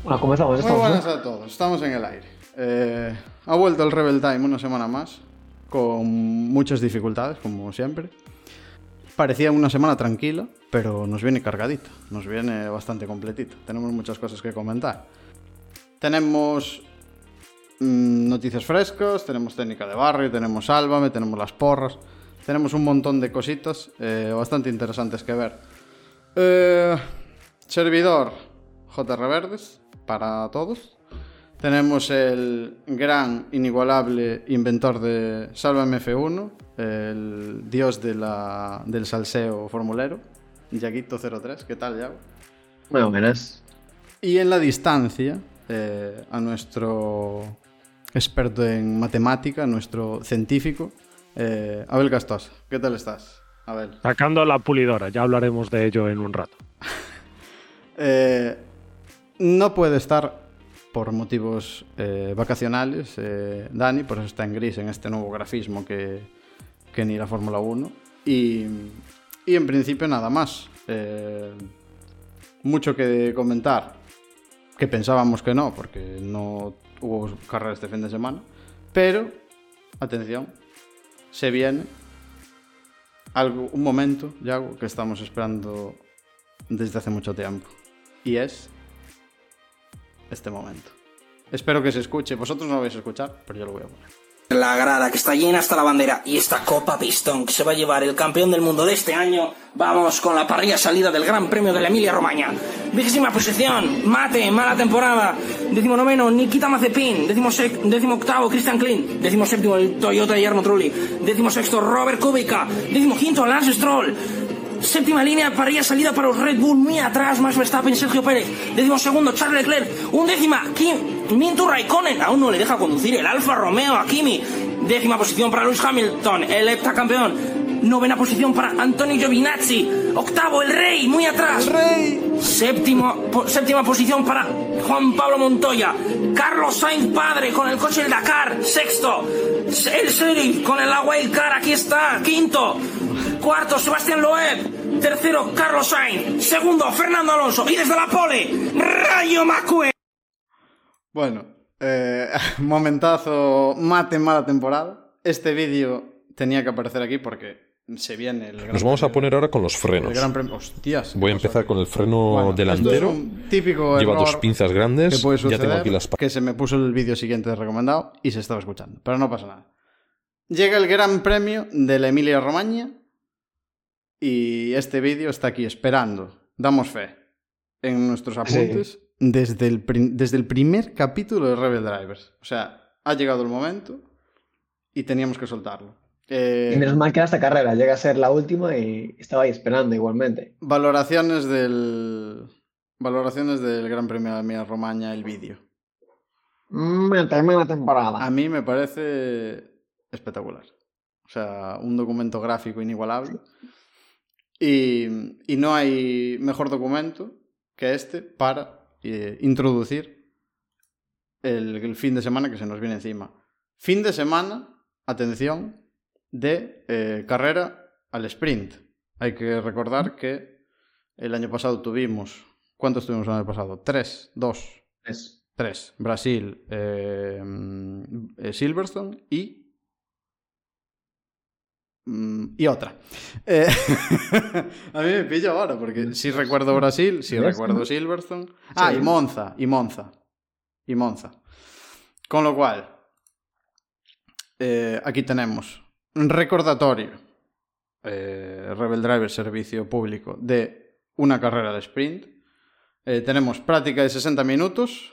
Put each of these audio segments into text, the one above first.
Bueno, comenzamos. Muy buenas a todos, estamos en el aire. Ha vuelto el Rebel Time una semana más, con muchas dificultades, como siempre. Parecía una semana tranquila, pero nos viene cargadita, nos viene bastante completita. Tenemos muchas cosas que comentar. Tenemos noticias frescas, tenemos técnica de barrio, tenemos Sálvame, tenemos las porras, tenemos un montón de cositas bastante interesantes que ver. Servidor JR Verdes para todos. Tenemos el gran, inigualable inventor de Sálvame F1, el dios del salseo formulero, Yaguito03. ¿Qué tal, Yago? Muy buenas. Y en la distancia, a nuestro experto en matemática, nuestro científico, Abel Castosa. ¿Qué tal estás, Abel? Sacando la pulidora, ya hablaremos de ello en un rato. No puede estar por motivos vacacionales, Dani, por eso está en gris en este nuevo grafismo que ni la Fórmula 1. Y en principio nada más. Mucho que comentar, que pensábamos que no, porque no hubo carrera este fin de semana. Pero, atención, se viene un momento, Yago, que estamos esperando desde hace mucho tiempo. Y es este momento. Espero que se escuche. Vosotros no lo vais a escuchar, pero yo lo voy a poner. La grada que está llena hasta la bandera y esta Copa Pistón que se va a llevar el campeón del mundo de este año. Vamos con la parrilla salida del Gran Premio de la Emilia-Romagna. 20ª posición, Mate, mala temporada. 19º, Nikita Mazepin. 18º, Christian Klein. 17º, el Toyota de Jarno Trulli. 16º, Robert Kubica. 15º, Lance Stroll. 7ª línea, parrilla salida para los Red Bull, muy atrás, Max Verstappen, Sergio Pérez. 12º, Charles Leclerc. 11ª, Minku Raikkonen, aún no le deja conducir el Alfa Romeo a Kimi. 10ª posición para Lewis Hamilton, el heptacampeón. 9ª posición para Antonio Giovinazzi. 8º, el Rey, muy atrás. ¡El Rey! Séptima posición para Juan Pablo Montoya. Carlos Sainz padre con el coche del Dakar. 6º, el Sheriff con el Wild Car, aquí está. 5º, 4º, Sebastián Loeb. 3º, Carlos Sainz. 2º, Fernando Alonso. Y desde la pole, Rayo McQueen. Bueno, momentazo, Mate, mala temporada. Este vídeo tenía que aparecer aquí porque se viene el gran Nos vamos a premio. poner ahora con los frenos. El gran premio. Hostias. Voy a empezar con el freno delantero. Esto es un típico Lleva error dos pinzas grandes. que puede Ya suceder, tengo aquí las que se me puso el vídeo siguiente de recomendado y se estaba escuchando, pero no pasa nada. Llega el Gran Premio de la Emilia-Romagna y este vídeo está aquí esperando. Damos fe en nuestros apuntes. Sí. Desde el primer capítulo de Rebel Drivers. O sea, ha llegado el momento y teníamos que soltarlo. Y menos mal que esta carrera llega a ser la última y estaba ahí esperando igualmente. Valoraciones del Gran Premio de Emilia-Romagna, el vídeo. Tremenda temporada. A mí me parece espectacular. O sea, un documento gráfico inigualable. Y no hay mejor documento que este para introducir el fin de semana que se nos viene encima. Fin de semana, atención, de carrera al sprint. Hay que recordar que el año pasado tuvimos... ¿Cuántos tuvimos el año pasado? 3, 2, 3. Brasil, Silverstone y otra. A mí me pillo ahora porque sí recuerdo Brasil, sí recuerdo Silverstone. Y Monza. Con lo cual, aquí tenemos un recordatorio, Rebel Driver servicio público de una carrera de sprint. Tenemos práctica de 60 minutos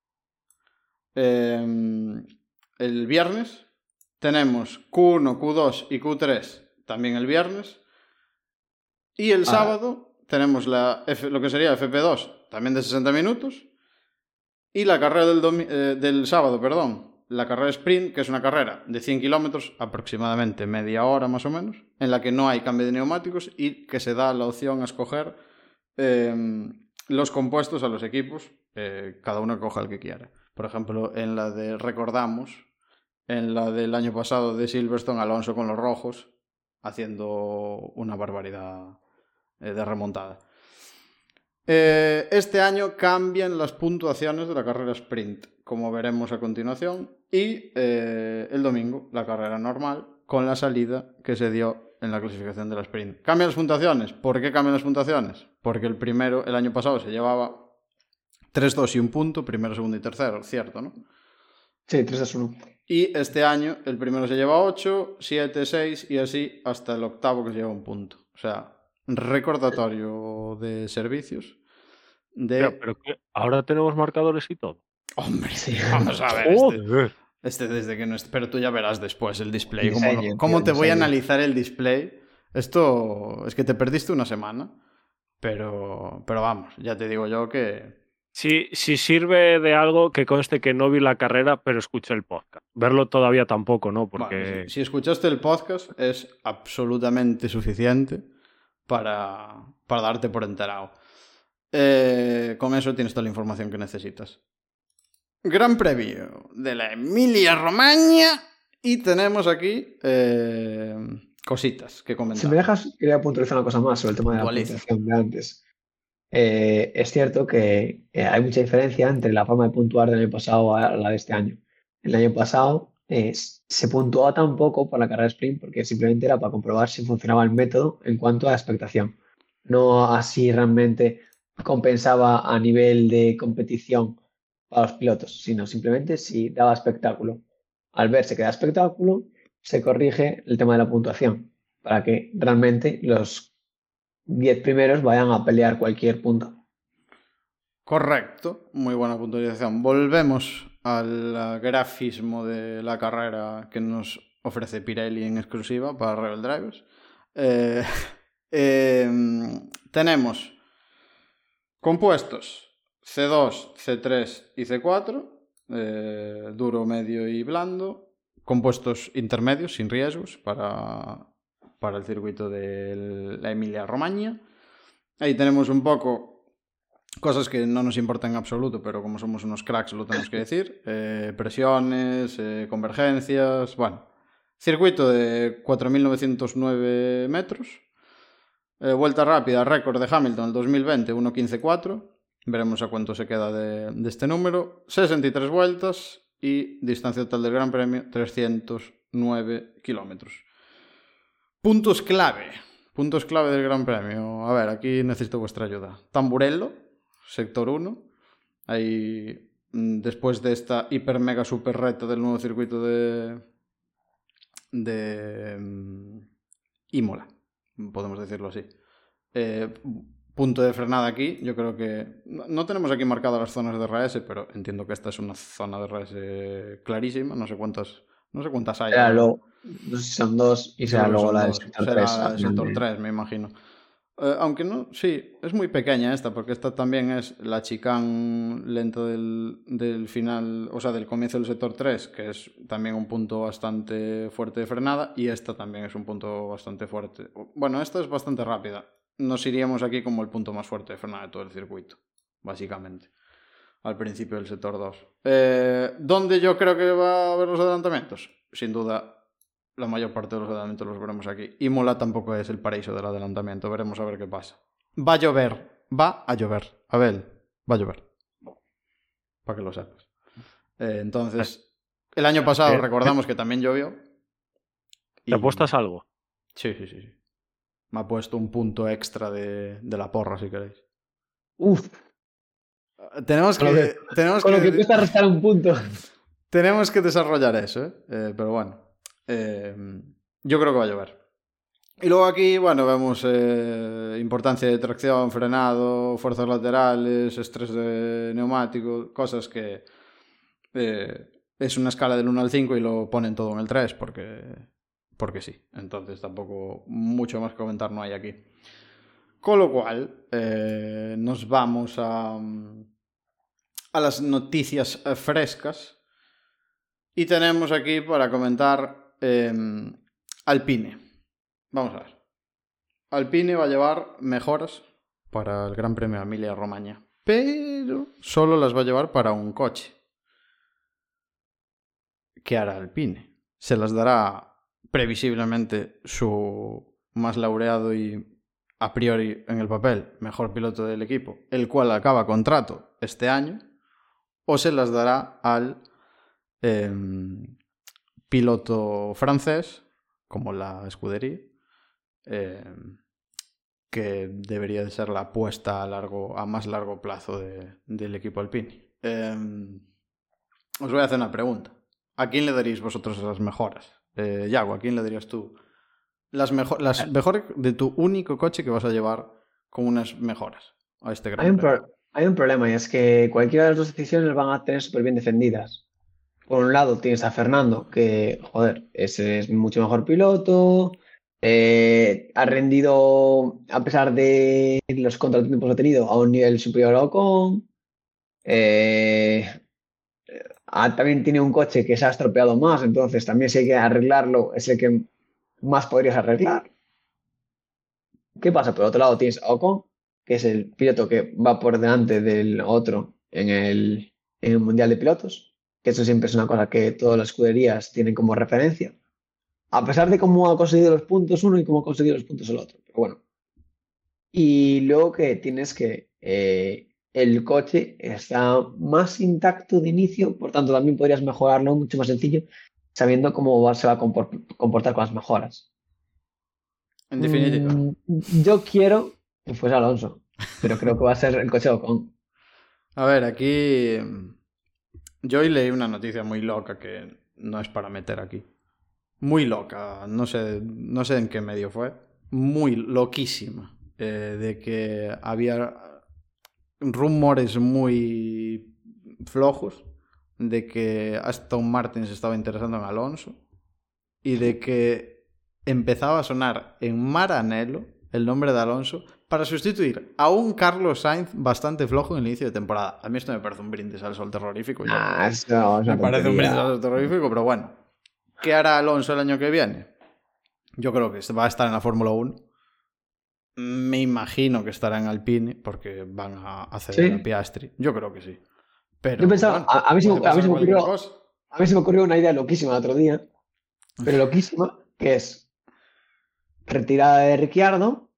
el viernes. Tenemos Q1, Q2 y Q3 también el viernes. Y el sábado tenemos lo que sería FP2, también de 60 minutos. Y la carrera del sábado, la carrera sprint, que es una carrera de 100 kilómetros, aproximadamente media hora más o menos, en la que no hay cambio de neumáticos y que se da la opción a escoger los compuestos a los equipos, cada uno coja el que quiera. Por ejemplo, en la de Recordamos, en la del año pasado de Silverstone, Alonso con los rojos, haciendo una barbaridad de remontada. Este año cambian las puntuaciones de la carrera sprint, como veremos a continuación, y el domingo la carrera normal, con la salida que se dio en la clasificación de la sprint. ¿Cambian las puntuaciones? ¿Por qué cambian las puntuaciones? Porque el año pasado se llevaba 3-2 y un punto, primero, segundo y tercero, cierto, ¿no? Sí, 3-1. Y este año el primero se lleva 8, 7, 6 y así hasta el octavo que se lleva un punto. O sea, recordatorio de servicios. Pero que ahora tenemos marcadores y todo. Hombre, Sí. vamos a ver. Joder. Desde que no pero tú ya verás después el display. Diseño, ¿Cómo tío, te voy a diseño. analizar el display? Esto es que te perdiste una semana. Pero vamos, ya te digo yo que... Si sirve de algo, que conste que no vi la carrera, pero escuché el podcast. Verlo todavía tampoco, ¿no? Porque... Bueno, si escuchaste el podcast es absolutamente suficiente para darte por enterado. Con eso tienes toda la información que necesitas. Gran Premio de la Emilia-Romagna y tenemos aquí cositas que comentar. Si me dejas, quería puntualizar una cosa más sobre el tema de la Puntualiza. puntuación de antes. Es cierto que hay mucha diferencia entre la forma de puntuar del año pasado a la de este año. El año pasado se puntuaba tan poco por la carrera sprint porque simplemente era para comprobar si funcionaba el método en cuanto a la expectación. No así realmente compensaba a nivel de competición para los pilotos, sino simplemente si daba espectáculo. Al verse que da espectáculo, se corrige el tema de la puntuación para que realmente los 10 primeros vayan a pelear cualquier punto. Correcto, muy buena puntualización. Volvemos al grafismo de la carrera que nos ofrece Pirelli en exclusiva para Rebel Drivers. Tenemos compuestos C2, C3 y C4, duro, medio y blando. Compuestos intermedios, sin riesgos, para el circuito de la Emilia-Romagna. Ahí tenemos un poco cosas que no nos importan en absoluto, pero como somos unos cracks lo tenemos que decir. Presiones, convergencias, bueno. Circuito de 4.909 metros. Vuelta rápida, récord de Hamilton en el 2020, 1.15.4. Veremos a cuánto se queda de este número. 63 vueltas y distancia total del Gran Premio, 309 kilómetros. Puntos clave del Gran Premio. A ver, aquí necesito vuestra ayuda. Tamburello, sector 1. Ahí, después de esta hiper mega super reta del nuevo circuito de Imola, podemos decirlo así. Punto de frenada aquí. Yo creo que no tenemos aquí marcadas las zonas de RS, pero entiendo que esta es una zona de RS clarísima. No sé cuántas hay. Será no sé si son 2 y será luego la del sector 3. Será el sector 3, me imagino. Aunque no, sí, es muy pequeña esta, porque esta también es la chicane lenta del final, o sea, del comienzo del sector 3, que es también un punto bastante fuerte de frenada, y esta también es un punto bastante fuerte. Bueno, esta es bastante rápida. Nos iríamos aquí como el punto más fuerte de frenada de todo el circuito, básicamente, al principio del sector 2. ¿Dónde yo creo que va a haber los adelantamientos? Sin duda, la mayor parte de los adelantamientos los veremos aquí. Imola tampoco es el paraíso del adelantamiento. Veremos a ver qué pasa. Va a llover. Abel, va a llover. Para que lo sepas. Entonces, el año pasado recordamos que también llovió. ¿Te apuestas algo? Sí. Me ha puesto un punto extra de la porra, si queréis. Uf. Tenemos que cuesta restar un punto. Tenemos que desarrollar eso, pero bueno. Yo creo que va a llover. Y luego aquí, bueno, vemos importancia de tracción, frenado, fuerzas laterales, estrés de neumático, cosas que es una escala del 1 al 5 y lo ponen todo en el 3 porque sí. Entonces tampoco mucho más que comentar no hay aquí. Con lo cual, nos vamos a las noticias frescas y tenemos aquí para comentar Alpine. Vamos a ver. Alpine va a llevar mejoras para el Gran Premio de Emilia-Romagna, pero solo las va a llevar para un coche. ¿Qué hará Alpine? Se las dará previsiblemente su más laureado y a priori en el papel mejor piloto del equipo, el cual acaba contrato este año, o se las dará al piloto francés, como la escudería, que debería de ser la apuesta a más largo plazo del equipo Alpine. Os voy a hacer una pregunta. ¿A quién le daríais vosotros las mejoras? Yago, ¿a quién le darías tú las mejores de tu único coche que vas a llevar con unas mejoras a este Gran Premio? Hay un problema y es que cualquiera de las dos decisiones van a tener súper bien defendidas. Por un lado tienes a Fernando, que, joder, ese es mucho mejor piloto, ha rendido, a pesar de los contratiempos que ha tenido, a un nivel superior a Ocon. También tiene un coche que se ha estropeado más, entonces también si hay que arreglarlo, es el que más podrías arreglar. ¿Qué pasa? Por otro lado tienes a Ocon, que es el piloto que va por delante del otro en el Mundial de Pilotos, que eso siempre es una cosa que todas las escuderías tienen como referencia, a pesar de cómo ha conseguido los puntos uno y cómo ha conseguido los puntos el otro. Pero bueno. Y luego que tienes que el coche está más intacto de inicio, por tanto también podrías mejorarlo mucho más sencillo, sabiendo cómo se va a comportar con las mejoras. En definitiva. Yo quiero que fuese Alonso, pero creo que va a ser el coche de Ocon. A ver, aquí yo hoy leí una noticia muy loca que no es para meter aquí. Muy loca, no sé en qué medio fue. Muy loquísima. De que había rumores muy flojos de que Aston Martin se estaba interesando en Alonso y de que empezaba a sonar en Maranello el nombre de Alonso para sustituir a un Carlos Sainz bastante flojo en el inicio de temporada. A mí esto me parece un brindis al sol terrorífico. Eso Me parece un brindis al sol terrorífico, pero bueno. ¿Qué hará Alonso el año que viene? Yo creo que va a estar en la Fórmula 1. Me imagino que estará en Alpine porque van a hacer a Piastri. Yo creo que sí. Pero, yo pensaba, bueno, a mí se me ocurrió una idea loquísima el otro día, pero loquísima, que es retirada de Ricciardo,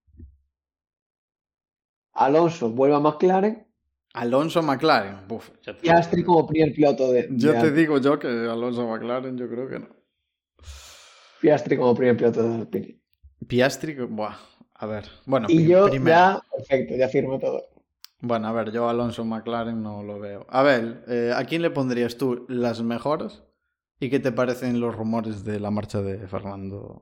Alonso vuelve a McLaren. Alonso McLaren. Uf, Piastri como primer piloto te digo yo que Alonso McLaren yo creo que no. Piastri como primer piloto de Alpine. Piastri, buah. A ver, bueno, y yo primero. Ya, perfecto, ya firmo todo. Bueno, a ver, yo Alonso McLaren no lo veo. A ver, ¿a quién le pondrías tú las mejoras? ¿Y qué te parecen los rumores de la marcha de Fernando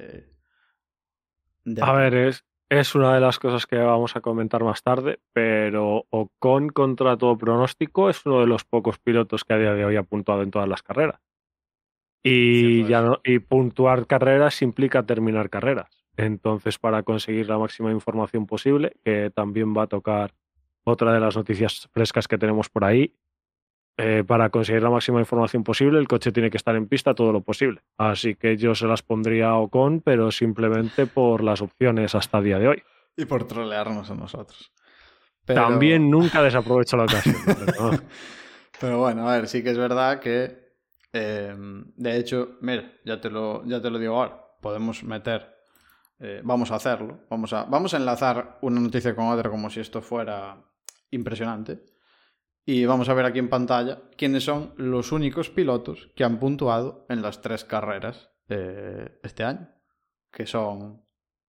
A ver, es una de las cosas que vamos a comentar más tarde, pero Ocon, contra todo pronóstico, es uno de los pocos pilotos que a día de hoy ha puntuado en todas las carreras. Y puntuar carreras implica terminar carreras. Entonces, para conseguir la máxima información posible, que también va a tocar otra de las noticias frescas que tenemos por ahí, para conseguir la máxima información posible, el coche tiene que estar en pista todo lo posible. Así que yo se las pondría a Ocon, pero simplemente por las opciones hasta el día de hoy. Y por trolearnos a nosotros. Pero... También nunca desaprovecho la ocasión. Pero bueno, a ver, sí que es verdad que, de hecho, mira, ya te lo digo ahora, podemos meter... vamos a hacerlo. Vamos a enlazar una noticia con otra como si esto fuera impresionante. Y vamos a ver aquí en pantalla quiénes son los únicos pilotos que han puntuado en las 3 carreras este año. Que son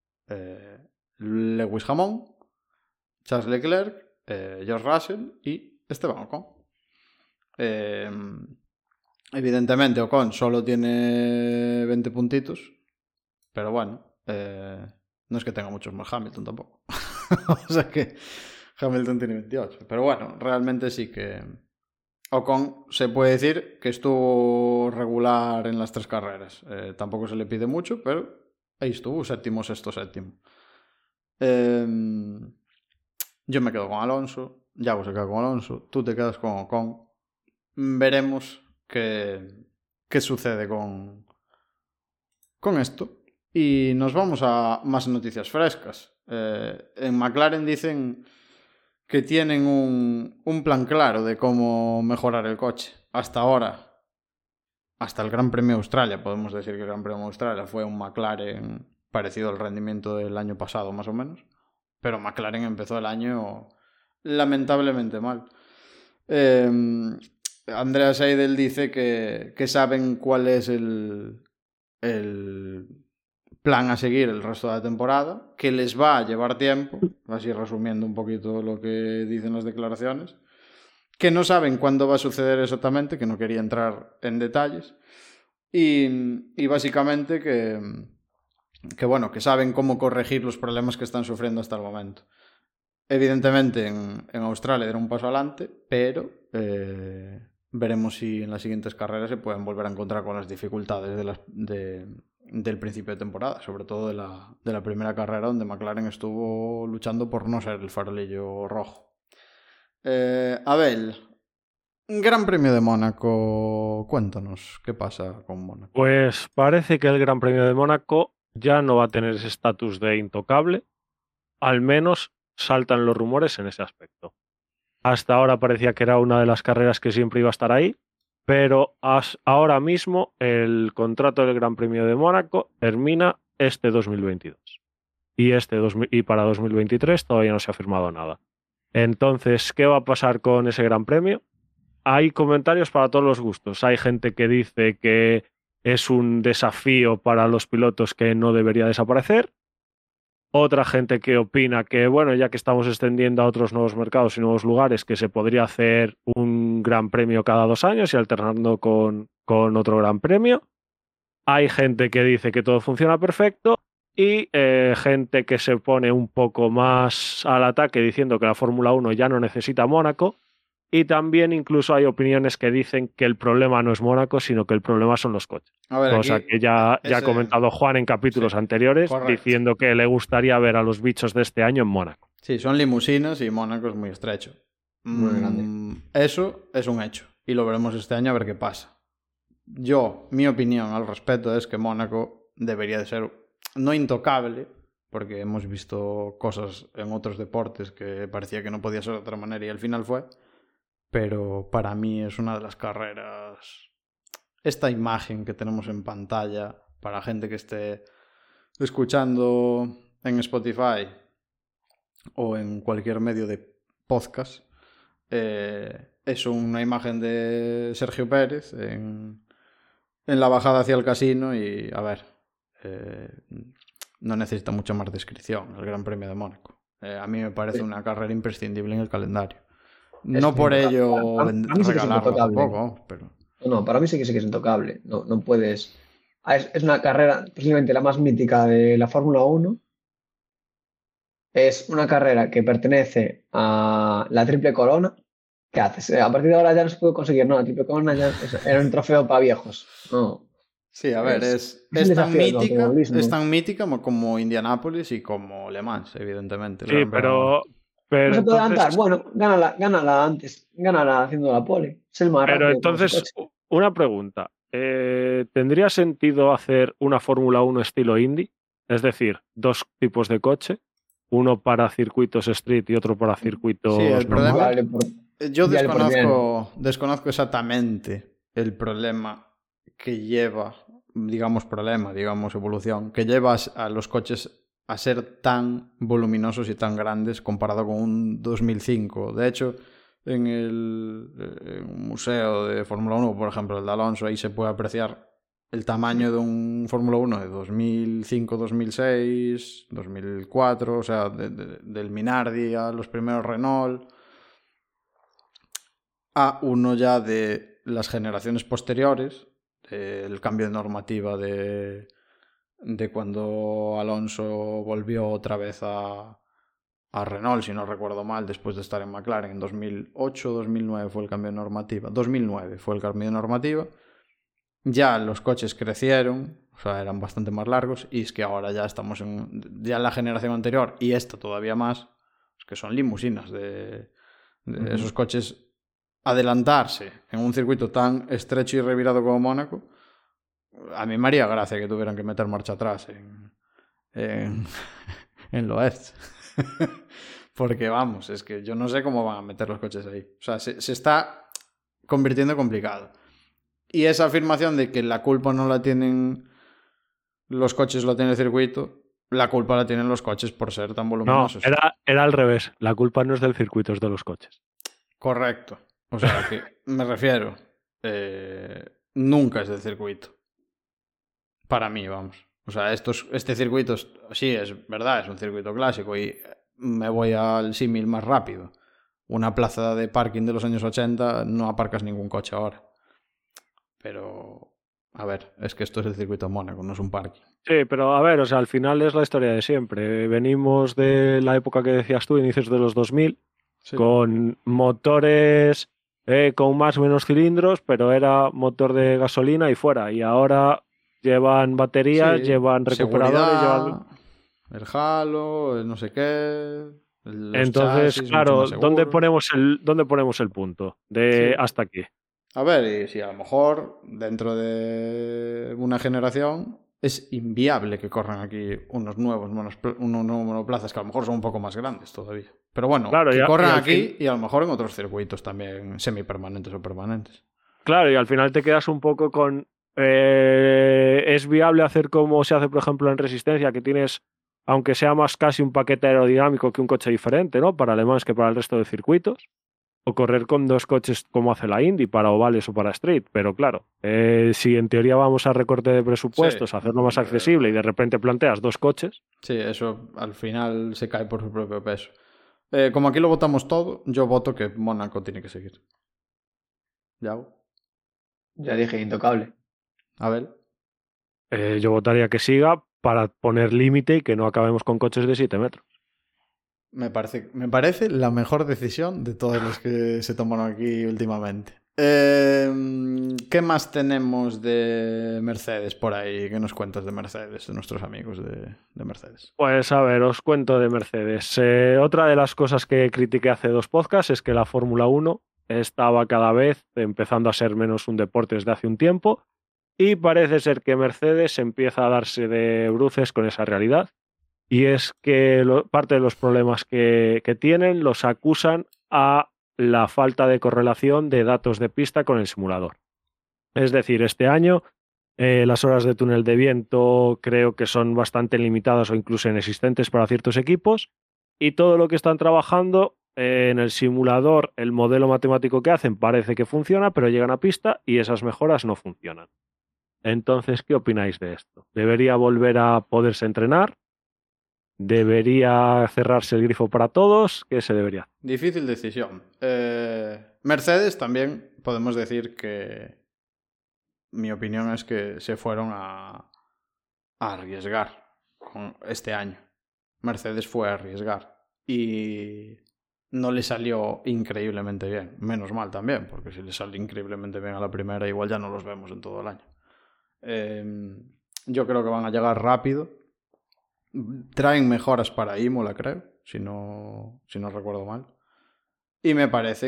Lewis Hamilton, Charles Leclerc, George Russell y Esteban Ocon. Evidentemente Ocon solo tiene 20 puntitos. Pero bueno. No es que tenga muchos más Hamilton tampoco. O sea que Hamilton tiene 28. Pero bueno, realmente sí que Ocon se puede decir que estuvo regular en las 3 carreras. Tampoco se le pide mucho, pero ahí estuvo, séptimo. Yo me quedo con Alonso, Yago se queda con Alonso, tú te quedas con Ocon. Veremos qué sucede con esto. Y nos vamos a más noticias frescas. En McLaren dicen que tienen un plan claro de cómo mejorar el coche. Hasta ahora, hasta el Gran Premio de Australia, podemos decir que el Gran Premio de Australia fue un McLaren parecido al rendimiento del año pasado, más o menos. pero McLaren empezó el año lamentablemente mal. Andreas Seidel dice que saben cuál es el plan a seguir el resto de la temporada, que les va a llevar tiempo, así resumiendo un poquito lo que dicen las declaraciones, que no saben cuándo va a suceder exactamente, que no quería entrar en detalles, y básicamente que bueno, que saben cómo corregir los problemas que están sufriendo hasta el momento. Evidentemente en Australia era un paso adelante, pero veremos si en las siguientes carreras se pueden volver a encontrar con las dificultades del principio de temporada, sobre todo de la primera carrera donde McLaren estuvo luchando por no ser el farolillo rojo. Abel, Gran Premio de Mónaco, cuéntanos, ¿qué pasa con Mónaco? Pues parece que el Gran Premio de Mónaco ya no va a tener ese estatus de intocable, al menos saltan los rumores en ese aspecto. Hasta ahora parecía que era una de las carreras que siempre iba a estar ahí, pero ahora mismo el contrato del Gran Premio de Mónaco termina este 2022. Y para 2023 todavía no se ha firmado nada. Entonces, ¿qué va a pasar con ese Gran Premio? Hay comentarios para todos los gustos. Hay gente que dice que es un desafío para los pilotos que no debería desaparecer. Otra gente que opina que, bueno, ya que estamos extendiendo a otros nuevos mercados y nuevos lugares, que se podría hacer un gran premio cada 2 años y alternando con otro gran premio. Hay gente que dice que todo funciona perfecto y gente que se pone un poco más al ataque diciendo que la Fórmula 1 ya no necesita Mónaco. Y también incluso hay opiniones que dicen que el problema no es Mónaco, sino que el problema son los coches. A ver, cosa aquí, que ya ha comentado Juan en capítulos anteriores, correcto, diciendo que le gustaría ver a los bichos de este año en Mónaco. Sí, son limusinas y Mónaco es muy estrecho. Muy grande. Eso es un hecho. Y lo veremos este año a ver qué pasa. Mi opinión al respecto es que Mónaco debería de ser no intocable, porque hemos visto cosas en otros deportes que parecía que no podía ser de otra manera y al final fue. Pero para mí es una de las carreras... Esta imagen que tenemos en pantalla, para gente que esté escuchando en Spotify o en cualquier medio de podcast, es una imagen de Sergio Pérez en la bajada hacia el casino y, a ver, no necesita mucha más descripción el Gran Premio de Mónaco. A mí me parece una carrera imprescindible en el calendario. No por ello regalarlo tampoco, pero... No, para mí sí que es intocable. No puedes... Es una carrera posiblemente la más mítica de la Fórmula 1. Es una carrera que pertenece a la Triple Corona. ¿Qué haces? A partir de ahora ya no se puede conseguir, ¿no? La Triple Corona ya era un trofeo para viejos. No. Sí, a ver, es tan mítica como Indianápolis y como Le Mans, evidentemente. Sí, pero no se puede entonces, adelantar. Bueno, gánala antes. Gánala haciendo la pole. Es el más pero rápido. entonces, una pregunta. ¿Tendría sentido hacer una Fórmula 1 estilo Indy? Es decir, 2 tipos de coche. Uno para circuitos street y otro para circuitos... Sí, el problema... Yo Ya desconozco exactamente el problema que lleva, digamos evolución, que lleva a los coches a ser tan voluminosos y tan grandes comparado con un 2005. De hecho, en el museo de Fórmula 1, por ejemplo, el de Alonso, ahí se puede apreciar el tamaño de un Fórmula 1 de 2005, 2006, 2004, o sea, del Minardi a los primeros Renault, a uno ya de las generaciones posteriores, el cambio de normativa de cuando Alonso volvió otra vez a Renault, si no recuerdo mal, después de estar en McLaren en 2008 2009 fue el cambio de normativa. 2009 fue el cambio de normativa. Ya los coches crecieron, o sea, eran bastante más largos, y es que ahora ya estamos ya en la generación anterior, y esta todavía más, es que son limusinas de esos coches. Adelantarse en un circuito tan estrecho y revirado como Mónaco, a mí me haría gracia que tuvieran que meter marcha atrás en Loest. Porque vamos, es que yo no sé cómo van a meter los coches ahí. O sea, se está convirtiendo complicado. Y esa afirmación de que la culpa no la tienen los coches, la tiene el circuito, la culpa la tienen los coches por ser tan No, voluminosos. era al revés. La culpa no es del circuito, es de los coches. Correcto. O sea, que me refiero, nunca es del circuito. Para mí, vamos. O sea, este circuito, sí, es verdad, es un circuito clásico y me voy al símil más rápido. Una plaza de parking de los años 80 no aparcas ningún coche ahora. Pero, a ver, es que esto es el circuito de Mónaco, no es un parking. Sí, pero a ver, o sea, al final es la historia de siempre. Venimos de la época que decías tú, inicios de los 2000, Sí. con motores con más o menos cilindros, pero era motor de gasolina y fuera. Y ahora llevan baterías, Sí, llevan recuperadores, seguridad, el halo, el no sé qué. Los Entonces, chasis claro, mucho más seguros. ¿dónde ponemos el punto de Sí. hasta aquí? A ver, y si a lo mejor dentro de una generación es inviable que corran aquí unos nuevos monoplazas que a lo mejor son un poco más grandes todavía. Pero bueno, Claro, que y corran al aquí y a lo mejor en otros circuitos también semipermanentes o permanentes. Claro, y al final te quedas un poco con... es viable hacer como se hace, por ejemplo, en Resistencia, que tienes, aunque sea más casi un paquete aerodinámico que un coche diferente, ¿no? Para Le Mans que para el resto de circuitos. O correr con dos coches como hace la Indy, para ovales o para street. Pero claro, si en teoría vamos a recorte de presupuestos, Sí, hacerlo más accesible y de repente planteas dos coches... Sí, eso al final se cae por su propio peso. Como aquí lo votamos todo, yo voto que Mónaco tiene que seguir. ¿Ya? Ya dije, intocable. A ver. yo votaría que siga para poner límite y que no acabemos con coches de 7 metros. Me parece la mejor decisión de todas las que se tomaron aquí últimamente. ¿Qué más tenemos de Mercedes por ahí? ¿Qué nos cuentas de Mercedes, de nuestros amigos de Mercedes? Pues a ver, os cuento de Mercedes. Otra de las cosas que critiqué hace 2 podcasts es que la Fórmula 1 estaba cada vez empezando a ser menos un deporte desde hace un tiempo y parece ser que Mercedes empieza a darse de bruces con esa realidad. Y es que parte de los problemas que tienen los acusan a la falta de correlación de datos de pista con el simulador. Es decir, este año las horas de túnel de viento creo que son bastante limitadas o incluso inexistentes para ciertos equipos y todo lo que están trabajando en el simulador, el modelo matemático que hacen parece que funciona, pero llegan a pista y esas mejoras no funcionan. Entonces, ¿qué opináis de esto? ¿Debería volver a poderse entrenar? ¿Debería cerrarse el grifo para todos? ¿Qué se debería? Difícil decisión. Mercedes también podemos decir que mi opinión es que se fueron a arriesgar con este año. Mercedes fue a arriesgar y no le salió increíblemente bien. Menos mal también, porque si le sale increíblemente bien a la primera, igual ya no los vemos en todo el año. Yo creo que van a llegar rápido. Traen mejoras para Imola, creo, si no recuerdo mal. Y me parece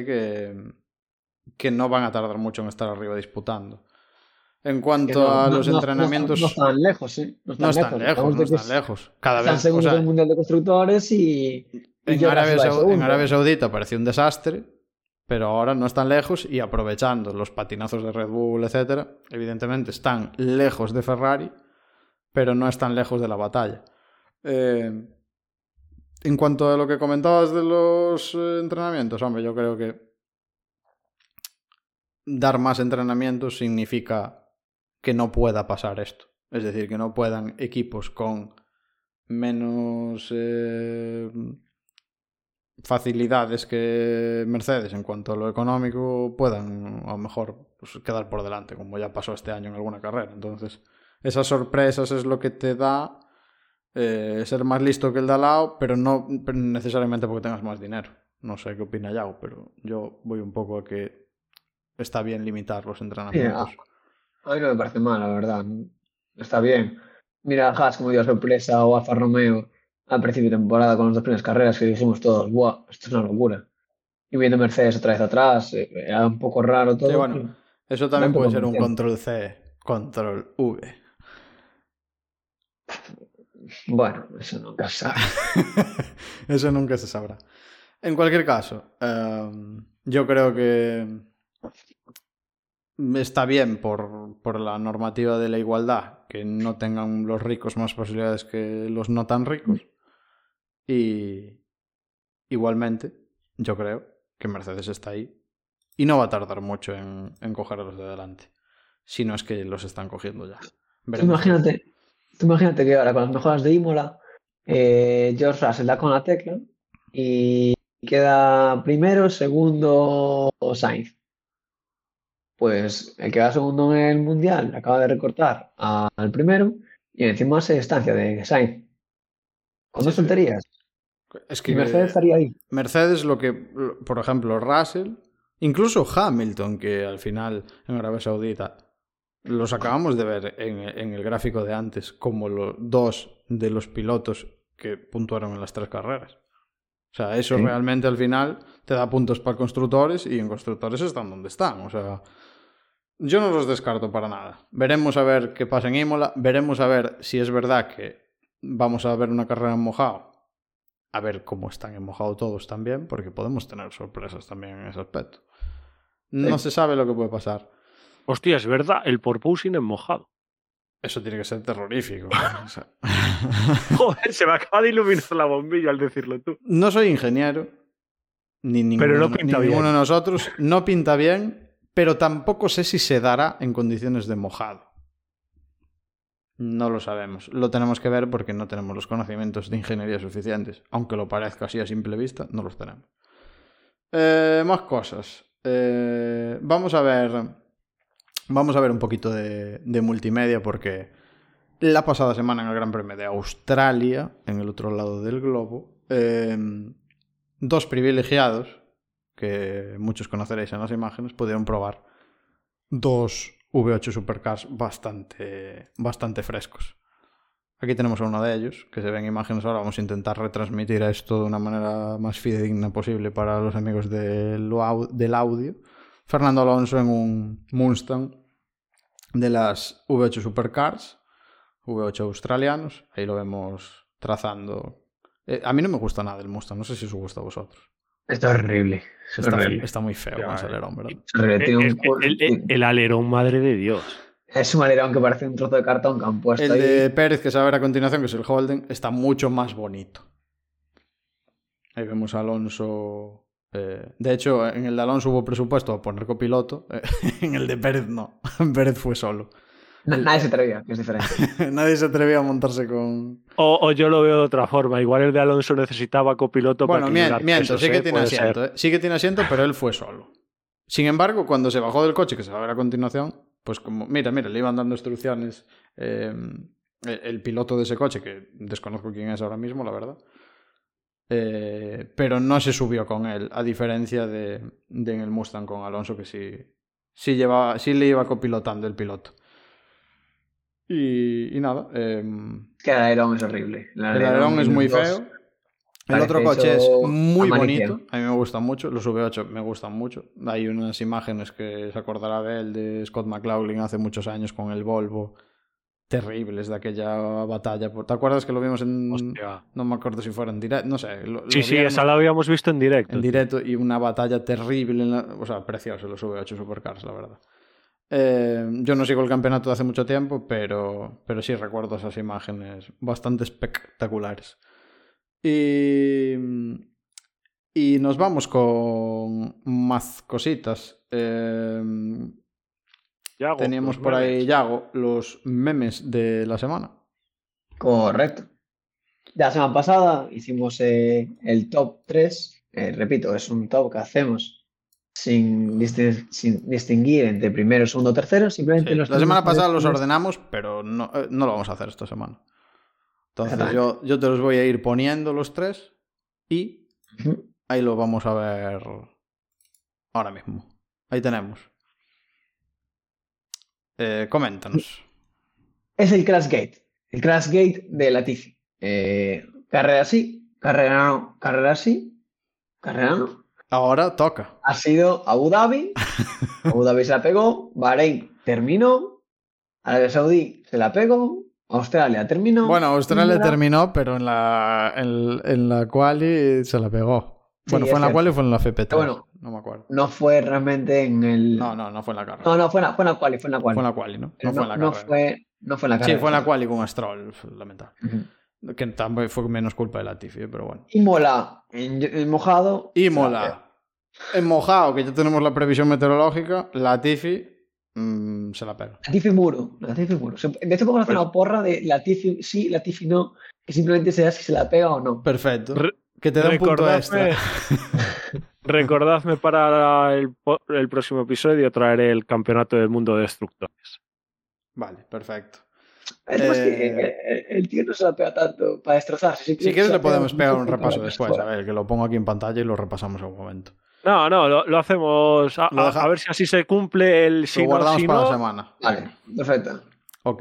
que no van a tardar mucho en estar arriba disputando. En cuanto a los entrenamientos... No están lejos, ¿eh? No están lejos. Cada están vez, segundos del Mundial de Constructores y en Arabia Saudita parecía un desastre, pero ahora no están lejos y aprovechando los patinazos de Red Bull, etcétera, evidentemente están lejos de Ferrari, pero no están lejos de la batalla. En cuanto a lo que comentabas de los entrenamientos, hombre, yo creo que dar más entrenamientos significa que no pueda pasar esto. Es decir, que no puedan equipos con menos facilidades que Mercedes en cuanto a lo económico puedan a lo mejor pues, quedar por delante, como ya pasó este año en alguna carrera. Entonces, esas sorpresas es lo que te da ser más listo que el de al lado, pero no necesariamente porque tengas más dinero. No sé qué opina Yago, pero yo voy un poco a que está bien limitar los entrenamientos. Sí, a mí no me parece mal, la verdad. Está bien. Mira, Haas como dio sorpresa o Alfa Romeo al principio de temporada con las 2 primeras carreras que dijimos todos, ¡buah! Esto es una locura. Y viendo Mercedes otra vez atrás, era un poco raro todo. Sí, bueno, eso también puede ser un control C, control V. Bueno, eso nunca se sabe. Eso nunca se sabrá. En cualquier caso, yo creo que está bien por la normativa de la igualdad, que no tengan los ricos más posibilidades que los no tan ricos. Y igualmente, yo creo que Mercedes está ahí y no va a tardar mucho en coger a los de delante, si no es que los están cogiendo ya. Tú imagínate que ahora con las mejoras de Imola, George Russell da con la tecla y queda primero, segundo Sainz. Pues el que va segundo en el mundial acaba de recortar al primero y encima se distancia de Sainz. Con dos tonterías. Es que Y Mercedes estaría ahí. Mercedes, por ejemplo, Russell, incluso Hamilton, que al final en Arabia Saudita los acabamos de ver en el gráfico de antes como los dos de los pilotos que puntuaron en las 3 carreras. O sea, eso realmente al final te da puntos para constructores y en constructores están donde están. O sea, yo no los descarto para nada. Veremos a ver qué pasa en Imola. Veremos a ver si es verdad que vamos a ver una carrera en mojado. A ver cómo están en mojado todos también, porque podemos tener sorpresas también en ese aspecto. No se sabe lo que puede pasar. Hostia, es verdad, el porpoising en mojado. Eso tiene que ser terrorífico. O sea... Joder, se me acaba de iluminar la bombilla al decirlo tú. No soy ingeniero, ni ninguno, pero no pinta ni bien. Ninguno de nosotros. No pinta bien, pero tampoco sé si se dará en condiciones de mojado. No lo sabemos. Lo tenemos que ver porque no tenemos los conocimientos de ingeniería suficientes. Aunque lo parezca así a simple vista, no los tenemos. Más cosas. Vamos a ver un poquito de multimedia porque la pasada semana en el Gran Premio de Australia, en el otro lado del globo, 2 privilegiados, que muchos conoceréis en las imágenes, pudieron probar 2 V8 Supercars bastante frescos. Aquí tenemos a uno de ellos, que se ven imágenes ahora. Vamos a intentar retransmitir esto de una manera más fidedigna posible para los amigos del audio. Fernando Alonso en un Mustang de las V8 Supercars, V8 australianos. Ahí lo vemos trazando. A mí no me gusta nada el Mustang, no sé si os gusta a vosotros. Esto es horrible. Está muy feo con ese alerón, ¿verdad? El alerón, madre de Dios. Es un alerón que parece un trozo de cartón que han puesto el ahí. de Pérez, que se va a ver a continuación, que es el Holden, está mucho más bonito. Ahí vemos a Alonso. De hecho, en el de Alonso hubo presupuesto a poner copiloto. En el de Pérez no. Pérez fue solo. Nadie se atrevía, que es diferente. Nadie se atrevía a montarse con... O yo lo veo de otra forma. Igual el de Alonso necesitaba copiloto para equilibrar miento, pesos, sí que tiene asiento. ser. Sí que tiene asiento, pero él fue solo. Sin embargo, cuando se bajó del coche, que se va a ver a continuación, pues como... Mira, le iban dando instrucciones el piloto de ese coche, que desconozco quién es ahora mismo, la verdad. Pero no se subió con él, a diferencia de en el Mustang con Alonso, que sí le iba copilotando el piloto. Y nada. Que el alerón es horrible. El alerón es muy feo. El otro coche es muy bonito. A mí me gustan mucho. Los V8 me gustan mucho. Hay unas imágenes que se acordará de él, de Scott McLaughlin hace muchos años con el Volvo. Terribles de aquella batalla. ¿Te acuerdas que lo vimos en... Hostia. No me acuerdo si fuera en directo. No sé. Sí, esa la habíamos visto en directo. En directo y una batalla terrible. O sea, precioso los V8 Supercars, la verdad. Yo no sigo el campeonato de hace mucho tiempo, pero sí recuerdo esas imágenes bastante espectaculares. Y nos vamos con más cositas. Yago, teníamos por ahí, Yago, los memes de la semana. Correcto. La semana pasada hicimos el top 3. Repito, es un top que hacemos sin distinguir entre primero, segundo, tercero. Simplemente Sí, los la semana pasada los ordenamos. ordenamos, pero no lo vamos a hacer esta semana. Entonces yo te los voy a ir poniendo los 3 y ahí lo vamos a ver ahora mismo. Ahí tenemos. Coméntanos. Es el Crashgate. El Crashgate de Latifi. Carrera sí, carrera no, carrera sí, carrera no. Ahora toca. Ha sido Abu Dhabi. Abu Dhabi se la pegó. Bahrein terminó. Arabia Saudí se la pegó. Australia terminó. Bueno, Australia terminó, pero en la quali se la pegó. Bueno, Sí, ¿fue en la cierto. quali o fue en la FP3? Bueno, no me acuerdo. No fue realmente en el... No fue en la carrera. No, fue en la quali, fue en la quali. Fue en la quali, ¿no? Pero No fue en la no carrera. no fue en la carrera. Sí, fue en la quali con Stroll, lamentable. Ujú. Que también fue menos culpa de Latifi, pero bueno. Imola en mojado. Imola. En mojado, que ya tenemos la previsión meteorológica, Latifi se la pega. Latifi muro. De hecho, podemos hacer una porra de Latifi sí, Latifi no, que simplemente sea si se la pega o no. Perfecto. Que te da un punto extra. Recordadme para el próximo episodio traeré el campeonato del mundo de destructores. Vale, perfecto. Es más que el tío no se la pega tanto para destrozarse. Si quieres le podemos pegar un repaso después, a ver, que lo pongo aquí en pantalla y lo repasamos en un momento. No, lo hacemos a ver si así se cumple el lo guardamos para la semana. Vale, perfecto. Ok.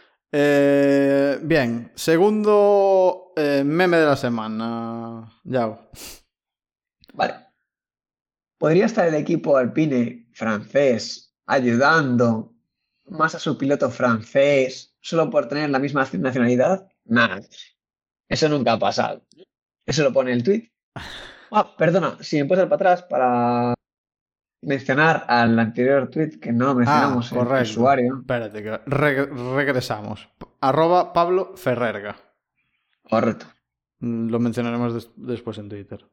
Bien, segundo meme de la semana. Yao. Vale. ¿Podría estar el equipo alpine francés ayudando más a su piloto francés solo por tener la misma nacionalidad? Nada. Eso nunca ha pasado. Eso lo pone el tweet. Perdona, si me puedes dar para atrás para mencionar al anterior tweet que no mencionamos el usuario. Espérate, que regresamos. @Pablo Ferrerga. Correcto. Lo mencionaremos después en Twitter.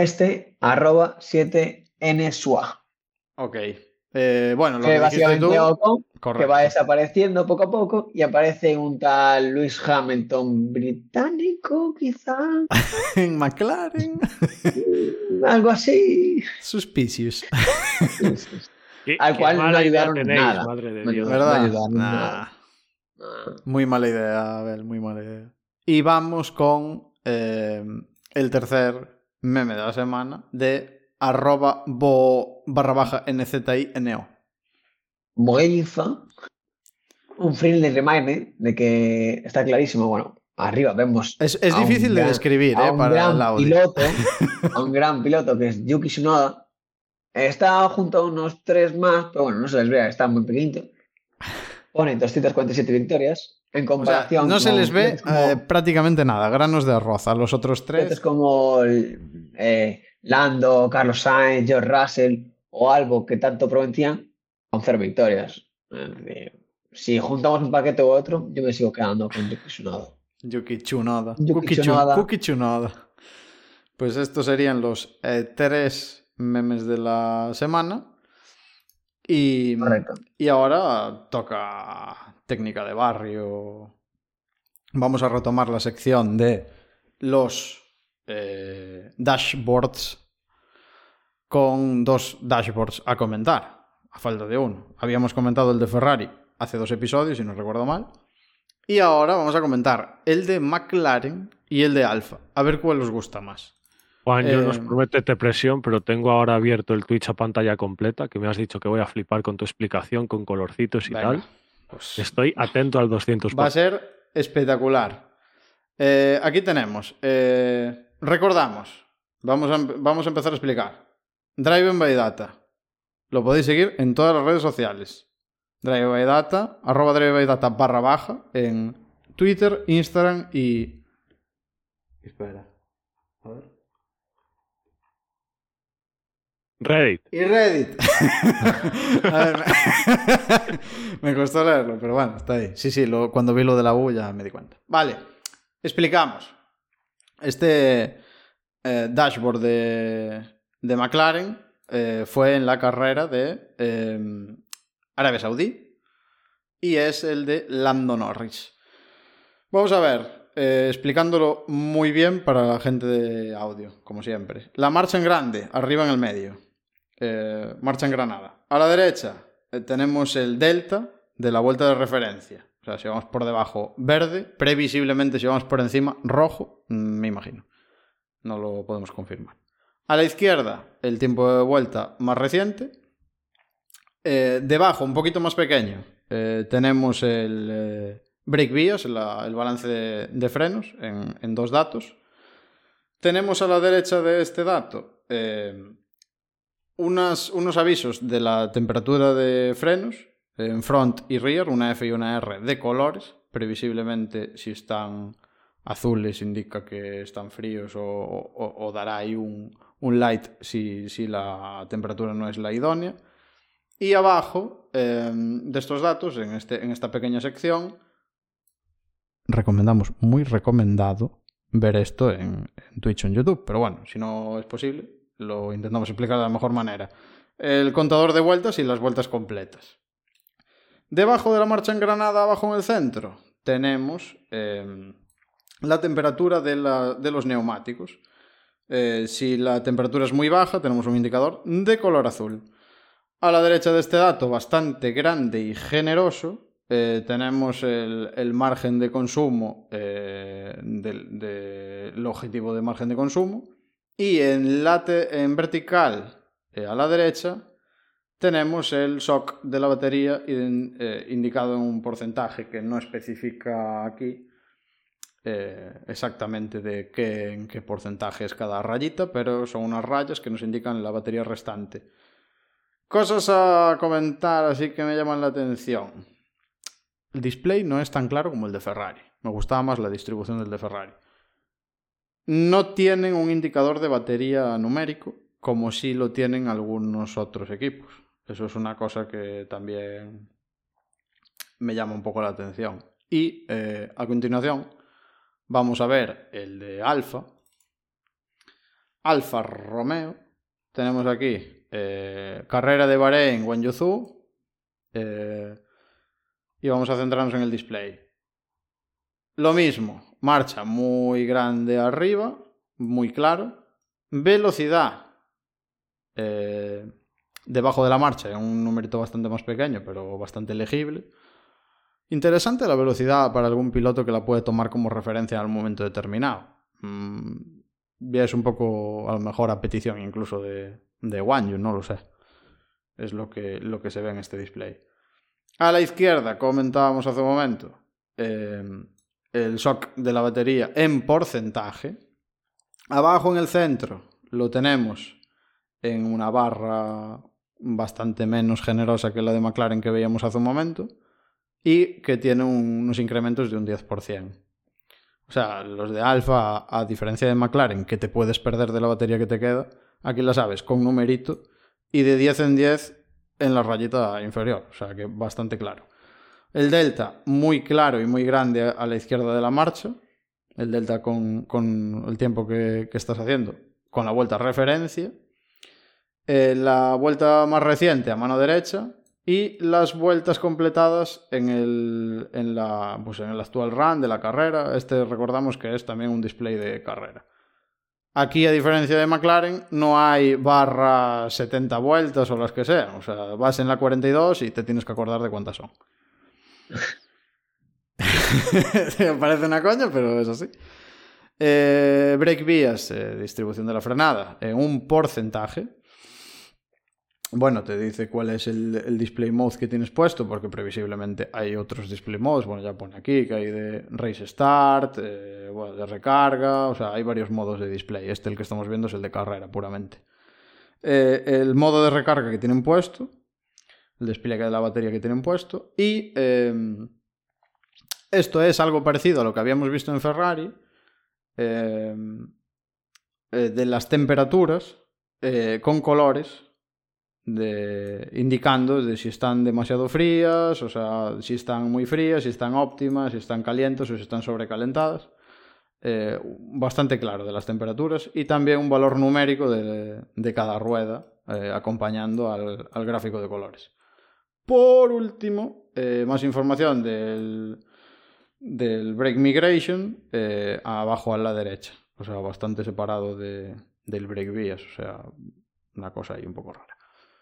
7NSUA. Ok. Bueno, lo que que básicamente tú, Ocon, que va desapareciendo poco a poco y aparece un tal Lewis Hamilton británico, quizá. En McLaren. Algo así. Suspicious. Al cual no ayudaron nada. Madre de No Dios. ¿Verdad? ayudaron nada. Muy mala idea, Abel, muy mala idea. Y vamos con el tercer meme de la semana de @bo_NZINO. Bogueiza, un friendly reminder de que está clarísimo. Bueno, arriba vemos. Es difícil de describir para el audio. A un gran piloto que es Yuki Tsunoda. Está junto a unos 3 más, pero bueno, no se les vea, está muy pequeñito. Pone 247 victorias. En comparación. O sea, no se les ve como, prácticamente nada, granos de arroz. A los otros 3. Como Lando, Carlos Sainz, George Russell o Albon, que tanto prometían, con 0 victorias. Si juntamos un paquete u otro, yo me sigo quedando con Yuki Tsunoda. Yuki Tsunoda. Yuki Tsunoda. Pues estos serían los 3 memes de la semana. Y ahora toca técnica de barrio. Vamos a retomar la sección de los dashboards con 2 dashboards a comentar, a falta de uno. Habíamos comentado el de Ferrari hace 2 episodios, si no recuerdo mal. Y ahora vamos a comentar el de McLaren y el de Alfa. A ver cuál os gusta más. Juan, yo nos prométete presión, pero tengo ahora abierto el Twitch a pantalla completa, que me has dicho que voy a flipar con tu explicación, con colorcitos y tal. Pues estoy atento al 200%. Va a ser espectacular. Aquí tenemos. Recordamos. Vamos a empezar a explicar. Driven by Data. Lo podéis seguir en todas las redes sociales. Driven by Data, @DrivenByData _ en Twitter, Instagram y... Espera. A ver. Reddit. Y Reddit. A ver, me costó leerlo, pero bueno, está ahí. Sí, cuando vi lo de la U ya me di cuenta. Vale, explicamos. Este dashboard de McLaren fue en la carrera de Arabia Saudí y es el de Lando Norris. Vamos a ver. Explicándolo muy bien para la gente de audio, como siempre. La marcha en grande, arriba en el medio. Marcha en granada. A la derecha tenemos el delta de la vuelta de referencia. O sea, si vamos por debajo, verde. Previsiblemente, si vamos por encima, rojo. Me imagino. No lo podemos confirmar. A la izquierda, el tiempo de vuelta más reciente. Debajo, un poquito más pequeño, tenemos el brake bias, el balance de frenos en 2 datos. Tenemos a la derecha de este dato unos avisos de la temperatura de frenos en front y rear, una F y una R de colores. Previsiblemente, si están azules indica que están fríos o dará ahí un un light si la temperatura no es la idónea. Y abajo de estos datos, en esta pequeña sección, recomendamos, muy recomendado, ver esto en Twitch o en YouTube. Pero bueno, si no es posible, lo intentamos explicar de la mejor manera. El contador de vueltas y las vueltas completas. Debajo de la marcha engranada, abajo en el centro, tenemos la temperatura de los neumáticos. Si la temperatura es muy baja, tenemos un indicador de color azul. A la derecha de este dato, bastante grande y generoso, tenemos el margen de consumo del objetivo de margen de consumo. Y en vertical, a la derecha, tenemos el SOC de la batería indicado en un porcentaje que no especifica aquí exactamente en qué porcentaje es cada rayita, pero son unas rayas que nos indican la batería restante. Cosas a comentar así que me llaman la atención. El display no es tan claro como el de Ferrari. Me gustaba más la distribución del de Ferrari. No tienen un indicador de batería numérico, como sí lo tienen algunos otros equipos. Eso es una cosa que también me llama un poco la atención. Y a continuación vamos a ver el de Alfa Romeo. Tenemos aquí carrera de Bahrein, Guangzhou, y vamos a centrarnos en el display. Lo mismo, marcha muy grande arriba, muy claro. Velocidad debajo de la marcha, en un numerito bastante más pequeño, pero bastante legible. Interesante la velocidad para algún piloto que la puede tomar como referencia en algún momento determinado. Ya es un poco, a lo mejor, a petición incluso de Guanyu, no lo sé. Es lo que se ve en este display. A la izquierda, comentábamos hace un momento, el shock de la batería en porcentaje. Abajo en el centro lo tenemos en una barra bastante menos generosa que la de McLaren que veíamos hace un momento y que tiene unos incrementos de un 10%. O sea, los de Alfa, a diferencia de McLaren, que te puedes perder de la batería que te queda, aquí la sabes con numerito y de 10 en 10 en la rayita inferior. O sea, que bastante claro. El delta muy claro y muy grande a la izquierda de la marcha. El delta con el tiempo que estás haciendo, con la vuelta referencia. La vuelta más reciente a mano derecha y las vueltas completadas en el actual run de la carrera. Recordamos que es también un display de carrera. Aquí, a diferencia de McLaren, no hay barra 70 vueltas o las que sean. O sea, vas en la 42 y te tienes que acordar de cuántas son. Me parece una coña, pero es así. Brake vías, distribución de la frenada en un porcentaje. Bueno, te dice cuál es el display mode que tienes puesto, porque previsiblemente hay otros display modes. Bueno, ya pone aquí que hay de race start, de recarga, o sea, hay varios modos de display. El que estamos viendo es el de carrera, puramente. El modo de recarga que tienen puesto, el despliegue de la batería que tienen puesto, y esto es algo parecido a lo que habíamos visto en Ferrari, de las temperaturas con colores, indicando de si están demasiado frías, o sea, si están muy frías, si están óptimas, si están calientes o si están sobrecalentadas. Bastante claro de las temperaturas y también un valor numérico de cada rueda, acompañando al gráfico de colores. Por último, más información del Brake Migration abajo a la derecha, o sea, bastante separado del Brake Vías, o sea, una cosa ahí un poco rara.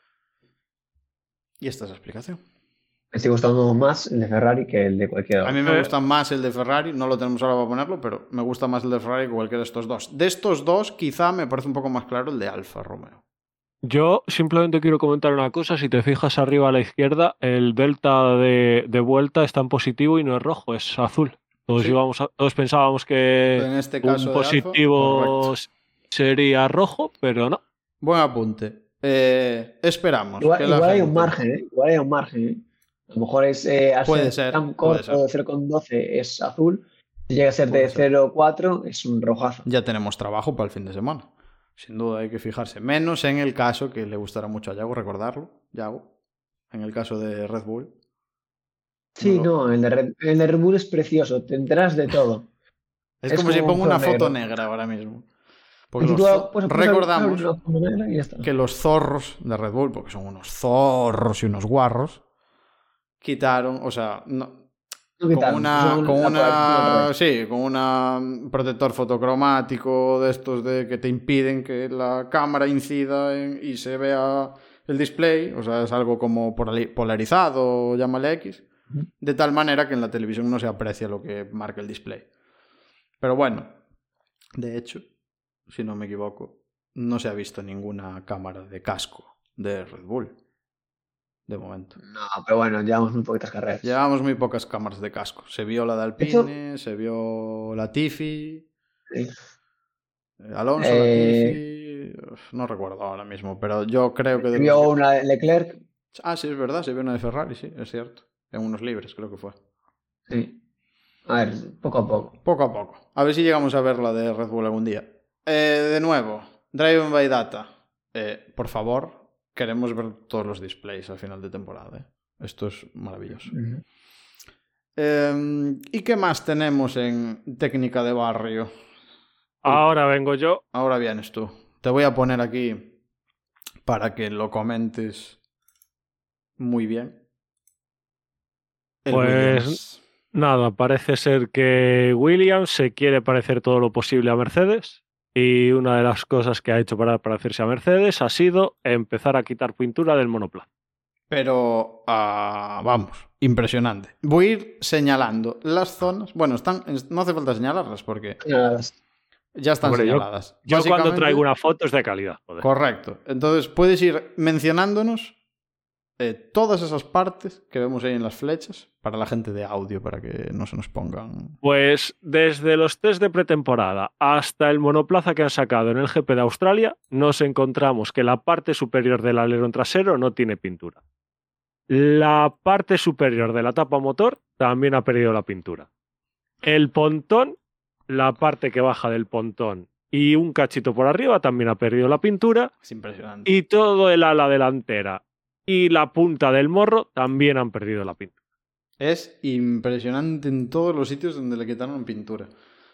Y esta es la explicación. Me estoy gustando más el de Ferrari que el de cualquier otro. A mí me gusta más el de Ferrari, no lo tenemos ahora para ponerlo, pero me gusta más el de Ferrari que cualquiera de estos dos. De estos dos, quizá me parece un poco más claro el de Alfa Romeo. Yo simplemente quiero comentar una cosa. Si te fijas arriba a la izquierda, el delta de vuelta está en positivo y no es rojo, es azul. Todos pensábamos que en este caso un positivo Alfa, sería rojo, pero no. Buen apunte. Esperamos. Igual hay un margen, Igual hay un margen. A lo mejor es puede ser tan corto de 0,12 es azul. Si llega a ser de 0,4 es un rojazo. Ya tenemos trabajo para el fin de semana. Sin duda hay que fijarse. Menos en el caso que le gustará mucho a Yago recordarlo. Yago. En el caso de Red Bull. Sí, No lo- no, el de Red Bull es precioso, te enteras de todo. Es Es como si como un pongo una flor foto negro. negra ahora mismo. Porque Es que tú puedes abrir recordamos una foto negra y ya está. que los zorros de Red Bull, porque son unos zorros y unos guarros, quitaron, o sea, no, No con quitaron, pusieron con la polarización otra una, vez. sí, con un protector fotocromático de estos de que te impiden que la cámara incida y se vea el display, o sea, es algo como polarizado, llámale X, de tal manera que en la televisión no se aprecia lo que marca el display. Pero bueno, de hecho, si no me equivoco, no se ha visto ninguna cámara de casco de Red Bull, de momento. No, pero bueno, llevamos muy poquitas carreras. Llevamos muy pocas cámaras de casco. Se vio la de Alpine, se vio Latifi, Sí. Alonso, Eh, Latifi... No recuerdo ahora mismo, pero yo creo que de vio los... una de Leclerc. Ah, sí, es verdad, se vio una de Ferrari, sí, es cierto. En unos libres, creo que fue. Sí. A ver, poco a poco. Poco a poco. A ver si llegamos a ver la de Red Bull algún día. De nuevo, Driven by Data. Por favor, queremos ver todos los displays al final de temporada. Esto es maravilloso. Ujú. ¿Y qué más tenemos en técnica de barrio? Ahora vengo yo. Ahora vienes tú. Te voy a poner aquí para que lo comentes muy bien. El Pues Williams. nada, parece ser que Williams se quiere parecer todo lo posible a Mercedes y una de las cosas que ha hecho para parecerse a Mercedes ha sido empezar a quitar pintura del monoplaza. Pero, vamos, impresionante. Voy a ir señalando las zonas. Bueno, no hace falta señalarlas porque Nada, ya están Hombre, señaladas. Yo cuando Básicamente- traigo una foto es de calidad. Joder. Correcto. Entonces puedes ir mencionándonos todas esas partes que vemos ahí en las flechas para la gente de audio, para que no se nos pongan... Pues desde los test de pretemporada hasta el monoplaza que han sacado en el GP de Australia, nos encontramos que la parte superior del alerón trasero no tiene pintura. La parte superior de la tapa motor también ha perdido la pintura. El pontón, la parte que baja del pontón y un cachito por arriba también ha perdido la pintura. Es impresionante. Y todo el ala delantera y la punta del morro también han perdido la pintura. Es impresionante en todos los sitios donde le quitaron pintura.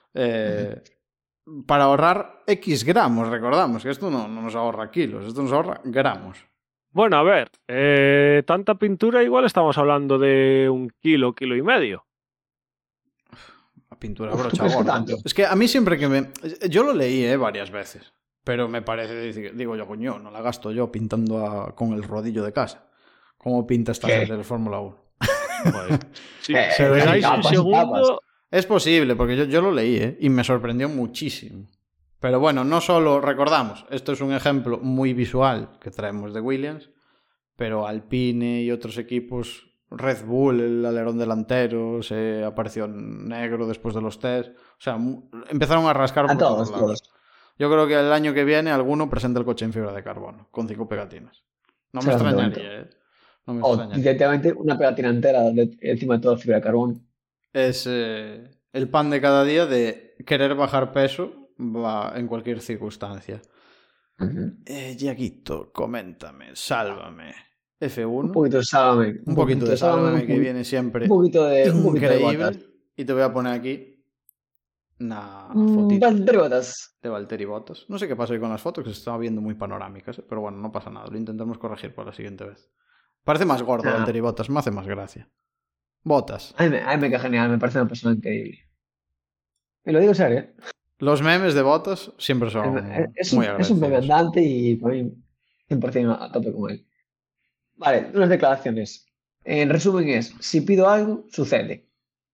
Para ahorrar X gramos, recordamos que esto no nos ahorra kilos, esto nos ahorra gramos. Bueno, a ver, tanta pintura igual estamos hablando de 1 kilo, kilo y medio. La pintura Uf, ¿tú brocha crees que gorda. tanto? Es que a mí siempre que me... Yo lo leí varias veces, pero me parece, digo yo, coño, no la gasto yo pintando con el rodillo de casa. ¿Cómo pinta esta ¿Qué? gente del Fórmula 1? Joder. Si Eh, me casi dais un tapas y segundo, Es posible, porque yo lo leí, y me sorprendió muchísimo. Pero bueno, no solo recordamos, esto es un ejemplo muy visual que traemos de Williams, pero Alpine y otros equipos, Red Bull, el alerón delantero, se apareció negro después de los test. O sea, empezaron a rascar A por todos, todos lados. Yo creo que el año que viene alguno presenta el coche en fibra de carbono, con 5 pegatinas. No me Seguramente. extrañaría, ¿eh? No me O extrañaría. directamente una pegatina entera encima de todo fibra de carbono. Es el pan de cada día de querer bajar peso en cualquier circunstancia. Ujú. Yaguito, coméntame, sálvame. F1. Un poquito de Sálvame. Un poquito de sálvame que viene siempre un poquito de increíble. Bottas. Y te voy a poner aquí una fotito Valtteri Bottas. de Valtteri Bottas. No sé qué pasa hoy con las fotos, que se están viendo muy panorámicas, pero bueno, no pasa nada. Lo intentaremos corregir para la siguiente vez. Parece más gordo Ah. Valtteri Bottas, me hace más gracia. Bottas. A mí me cae genial, me parece una persona increíble. Y lo digo en serio. Los memes de Bottas siempre son Es muy un meme agradecidos. andante y por mí 100% a tope con él. Vale, unas declaraciones. En resumen es, si pido algo, sucede.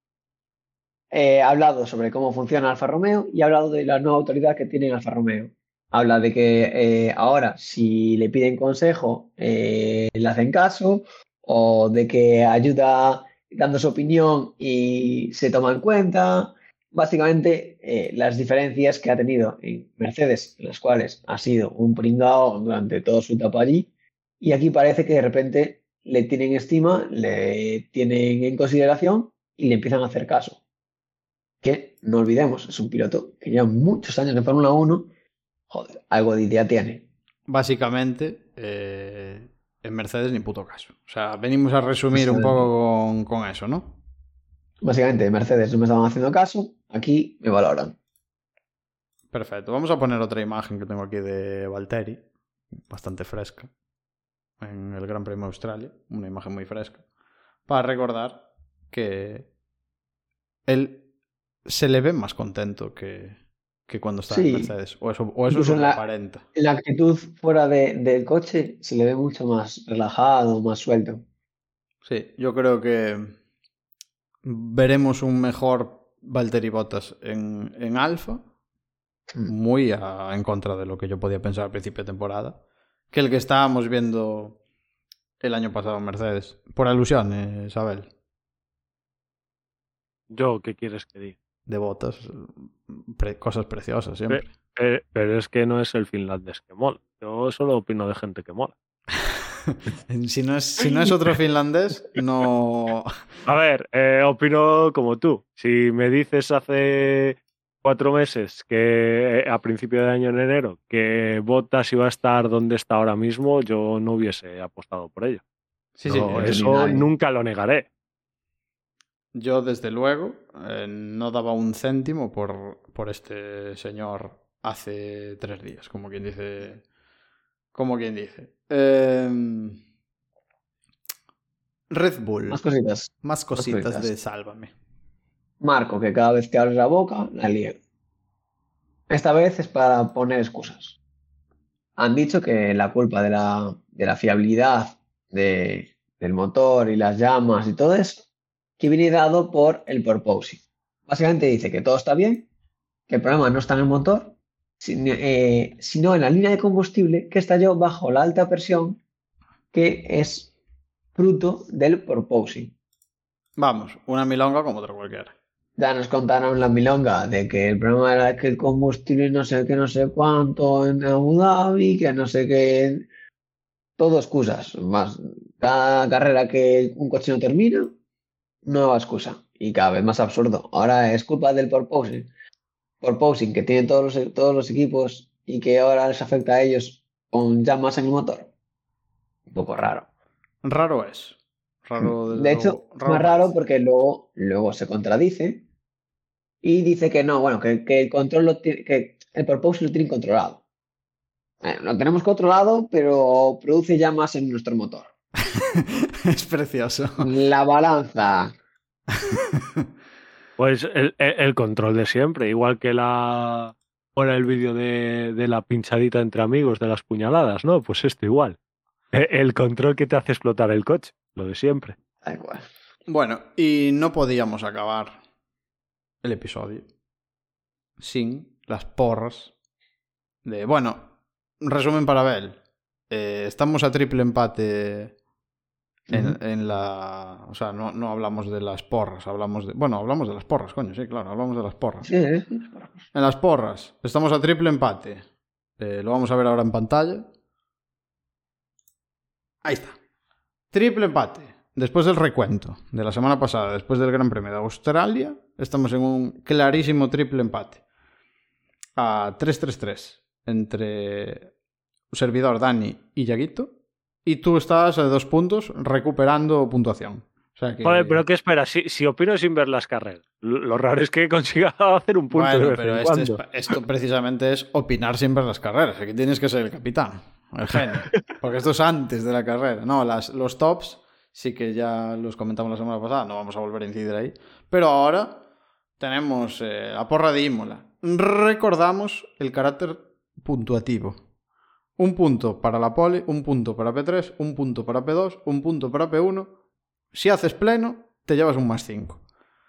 Ha hablado sobre cómo funciona Alfa Romeo y ha hablado de la nueva autoridad que tiene Alfa Romeo. Habla de que ahora, si le piden consejo, le hacen caso, o de que ayuda dando su opinión y se toma en cuenta. Básicamente, las diferencias que ha tenido en Mercedes, en las cuales ha sido un pringao durante toda su etapa allí, y aquí parece que de repente le tienen estima, le tienen en consideración y le empiezan a hacer caso. Que no olvidemos, es un piloto que lleva muchos años en Fórmula 1 joder, algo de idea tiene. Básicamente, en Mercedes ni puto caso. O sea, venimos a resumir un poco con eso, ¿no? Básicamente, Mercedes no me estaban haciendo caso, aquí me valoran. Perfecto. Vamos a poner otra imagen que tengo aquí de Valtteri, bastante fresca, en el Gran Premio de Australia, una imagen muy fresca, para recordar que él se le ve más contento que cuando está en Mercedes, o eso es lo que aparenta. En la actitud fuera del coche se le ve mucho más relajado, más suelto. Sí, yo creo que veremos un mejor Valtteri Bottas en Alfa, muy en contra de lo que yo podía pensar al principio de temporada, que el que estábamos viendo el año pasado en Mercedes. Por alusión, Isabel. Yo, ¿qué quieres que diga? De Bottas, cosas preciosas siempre. Pero es que no es el finlandés que mola. Yo solo opino de gente que mola. Si no es otro finlandés, no... A ver, opino como tú. Si me dices hace 4 meses, que a principio de año, en enero, que Bottas iba a estar donde está ahora mismo, yo no hubiese apostado por ello. Sí, no, eso nunca lo negaré. Yo, desde luego, no daba un céntimo por este señor hace 3 días, como quien dice. Red Bull. Más cositas de Sálvame. Marco, que cada vez que abres la boca, la lía. Esta vez es para poner excusas. Han dicho que la culpa de la fiabilidad del motor y las llamas y todo eso, que viene dado por el porpoising. Básicamente dice que todo está bien, que el problema no está en el motor, sino en la línea de combustible que estalló bajo la alta presión, que es fruto del porpoising. Vamos, una milonga como otra cualquiera. Ya nos contaron la milonga de que el problema era que el combustible no sé qué, no sé cuánto en Abu Dhabi, que no sé qué. Todo excusas. Más, cada carrera que un coche no termina, nueva excusa. Y cada vez más absurdo. Ahora es culpa del porpoising que tienen todos los equipos y que ahora les afecta a ellos con llamas en el motor. Un poco raro. Raro es. De hecho, más raro porque luego se contradice y dice que no, bueno, que el control que el porpoising lo tienen controlado. Lo tenemos controlado, pero produce llamas en nuestro motor. Es precioso. La balanza. Pues el control de siempre, igual que por el vídeo de la pinchadita entre amigos, de las puñaladas, ¿no? Pues esto igual. El control que te hace explotar el coche, lo de siempre. Da igual. Bueno, y no podíamos acabar el episodio sin las porras de... Bueno, resumen para Abel. Estamos a triple empate en la... O sea, no hablamos de las porras, hablamos de... Bueno, hablamos de las porras, coño, sí, claro, hablamos de las porras. Sí, En las porras, estamos a triple empate. Lo vamos a ver ahora en pantalla. Ahí está. Triple empate. Después del recuento de la semana pasada, después del Gran Premio de Australia, estamos en un clarísimo triple empate. A 3-3-3 entre servidor Dani y Yaguito. Y tú estás a 2 puntos recuperando puntuación. O sea que... Joder, pero ¿qué espera? Si opino sin ver las carreras. Lo raro es que consiga hacer un punto bueno, de vez pero en cuando. esto precisamente es opinar sin ver las carreras. Aquí tienes que ser el capitán, el genio. Porque esto es antes de la carrera. No, los tops sí que ya los comentamos la semana pasada. No vamos a volver a incidir ahí. Pero ahora tenemos la porra de Imola. Recordamos el carácter puntuativo. 1 punto para la pole, 1 punto para P3, 1 punto para P2, 1 punto para P1. Si haces pleno, te llevas un +5.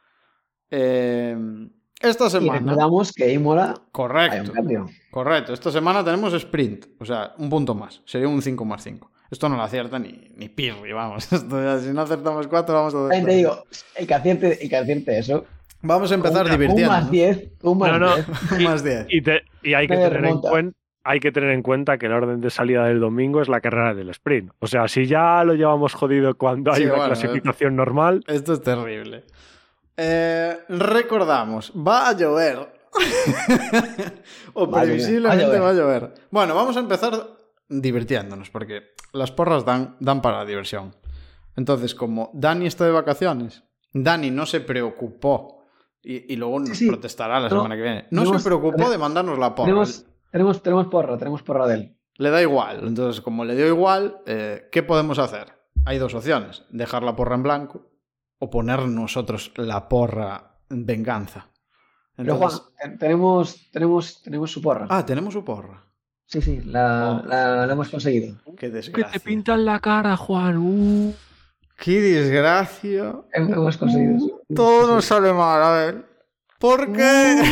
Esta semana... Y recordamos que Imola... Correcto. Hay un cambio. Correcto. Esta semana tenemos sprint. O sea, 1 punto más. Sería un 5+5. Esto no lo acierta ni Pirri, vamos. Esto ya, si no acertamos 4, vamos a... También te digo, el que acierte eso... Vamos a empezar divirtiendo. Un +10. Un +10. Un +10. Y hay que tener en cuenta que el orden de salida del domingo es la carrera del sprint. O sea, si ya lo llevamos jodido cuando hay una clasificación normal... Esto es terrible. Recordamos, va a llover O Madre mía, previsiblemente va a llover. va a llover. Bueno, vamos a empezar divirtiéndonos, porque las porras dan para la diversión. Entonces, como Dani está de vacaciones, Dani no se preocupó, y luego nos Sí. protestará la No, semana que viene, no tenemos- se preocupó de mandarnos la porra. Tenemos porra de él. Le da igual. Entonces, como le dio igual, ¿qué podemos hacer? Hay dos opciones. Dejar la porra en blanco o poner nosotros la porra en venganza. Pero Entonces, Juan, tenemos su porra. tenemos su porra. Sí, la hemos conseguido. Qué Que desgracia. te pintan la cara, Juan. Qué desgracia. Hemos conseguido eso. Todo nos sale mal, a ver. ¿Por qué?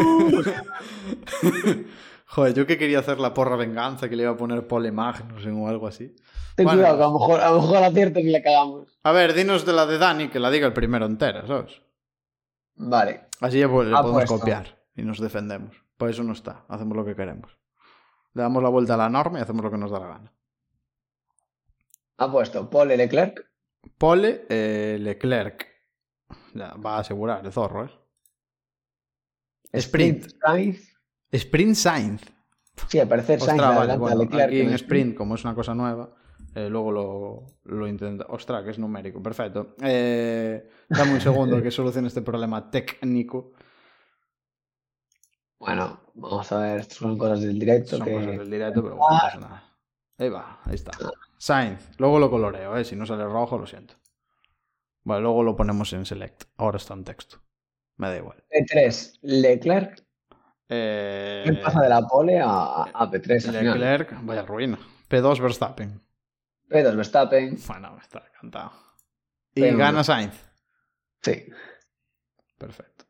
Joder, yo que quería hacer la porra venganza, que le iba a poner Pole Magnus o algo así. Ten Bueno. cuidado, que a lo mejor aciertas y le cagamos. A ver, dinos de la de Dani, que la diga el primero entera, ¿sabes? Vale. Así ya pues, le podemos Apuesto. copiar y nos defendemos. Por eso no está, hacemos lo que queremos. Le damos la vuelta a la norma y hacemos lo que nos da la gana. Ha puesto Paul Leclerc. Pole Leclerc. Ya, va a asegurar el zorro, ¿eh? Sprint. Sainz. Sprint Sainz. Sí, al parecer Sainz Ostras, le vale, adelanta a bueno, Leclerc. aquí en el Sprint, como es una cosa nueva, luego lo intenta. Ostras, que es numérico, perfecto. Dame un segundo que solucione este problema técnico. Bueno, vamos a ver, estas son cosas del directo. Son que... cosas del directo, pero bueno, no pasa nada. Ahí va, ahí está. Sainz, luego lo coloreo, si no sale rojo, lo siento. Bueno, luego lo ponemos en select. Ahora está en texto. Me da igual. P3 Leclerc. Él pasa de la pole a P3 al final. Leclerc, vaya ruina. P2 Verstappen. P2 Verstappen. Bueno, me está encantado. Y P1. gana Sainz. Sí. Perfecto.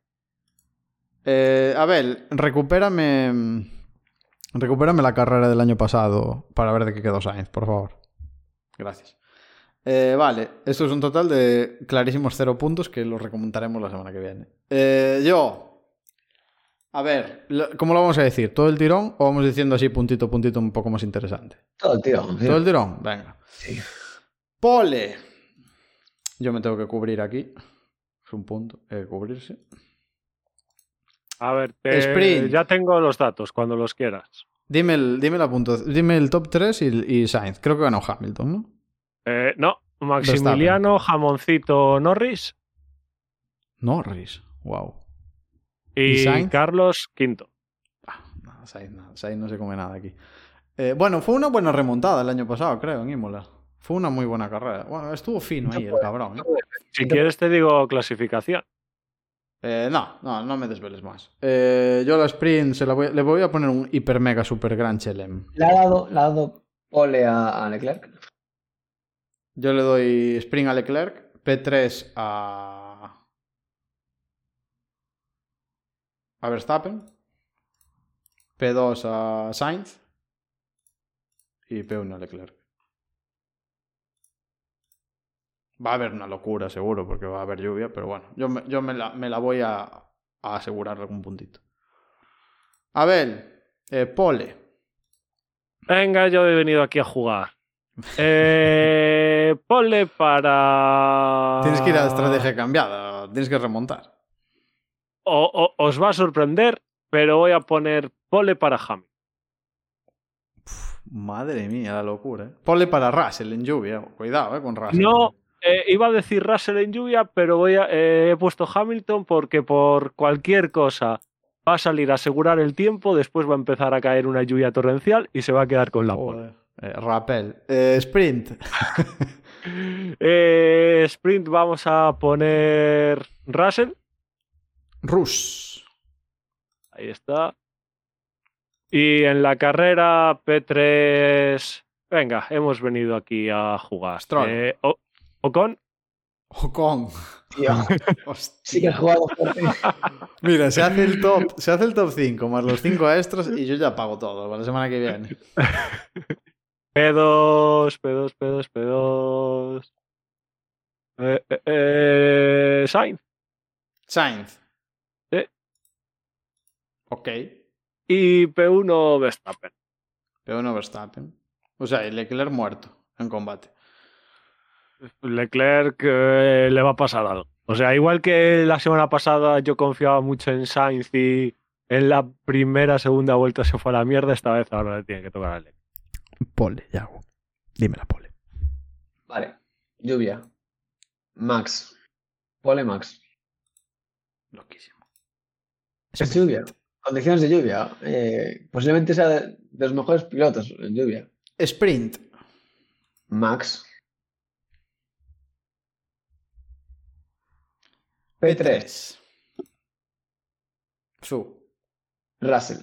A ver, recupérame la carrera del año pasado para ver de qué quedó Sainz, por favor. Gracias. Vale, esto es un total de clarísimos 0 puntos que los remontaremos la semana que viene. A ver, ¿cómo lo vamos a decir? ¿Todo el tirón o vamos diciendo así puntito a puntito un poco más interesante? Todo el tirón. ¿Todo el tirón? Venga. Sí. Pole. Yo me tengo que cubrir aquí. Es un punto, cubrirse. A ver, Sprint. ya tengo los datos cuando los quieras. Dime el top 3 y Sainz. Creo que ganó Hamilton, ¿no? No, Maximiliano, Jamoncito, Norris Norris. Wow. y Sainz? Carlos quinto. No, Sainz no se come nada aquí. Bueno, fue una buena remontada el año pasado, creo, en Imola. Fue una muy buena carrera. Bueno, estuvo fino ahí el cabrón. Si quieres te digo clasificación. No me desveles más. Yo la sprint le voy a poner un hiper mega super gran chelem. Le ha dado pole a Leclerc. Yo le doy sprint a Leclerc, P3 a Verstappen, P2 a Sainz y P1 a Leclerc. Va a haber una locura seguro porque va a haber lluvia, pero bueno, yo me la voy a asegurar algún puntito. A ver, pole. Venga, yo he venido aquí a jugar. Ponle para... Tienes que ir a la estrategia cambiada, tienes que remontar. Os va a sorprender, pero voy a poner pole para Hamilton. Madre mía, la locura. Pole para Russell en lluvia. Cuidado, con Russell. No, iba a decir Russell en lluvia, pero he puesto Hamilton porque por cualquier cosa va a salir a asegurar el tiempo, después va a empezar a caer una lluvia torrencial y se va a quedar con la pole. Rappel. Sprint. Sprint vamos a poner Russell. Rus. Ahí está. Y en la carrera P3... Venga, hemos venido aquí a jugar. Stroll. Ocon. Ocon. Tío, sí que he jugado fuerte. Mira, se hace el top 5 más los 5 extras y yo ya pago todo para la semana que viene. P2. Sainz. Sainz. Sí. Ok. Y P1 Verstappen. P1 Verstappen. O sea, y Leclerc muerto en combate. Leclerc le va a pasar algo. O sea, igual que la semana pasada yo confiaba mucho en Sainz y en la segunda vuelta se fue a la mierda, esta vez ahora le tiene que tocar a Leclerc. Pole, Yago. Dímela, Pole. Vale. Lluvia. Max. Pole Max. Loquísimo. Es lluvia. Condiciones de lluvia. Posiblemente sea de los mejores pilotos en lluvia. Sprint. Max. P3. Zu. Russell.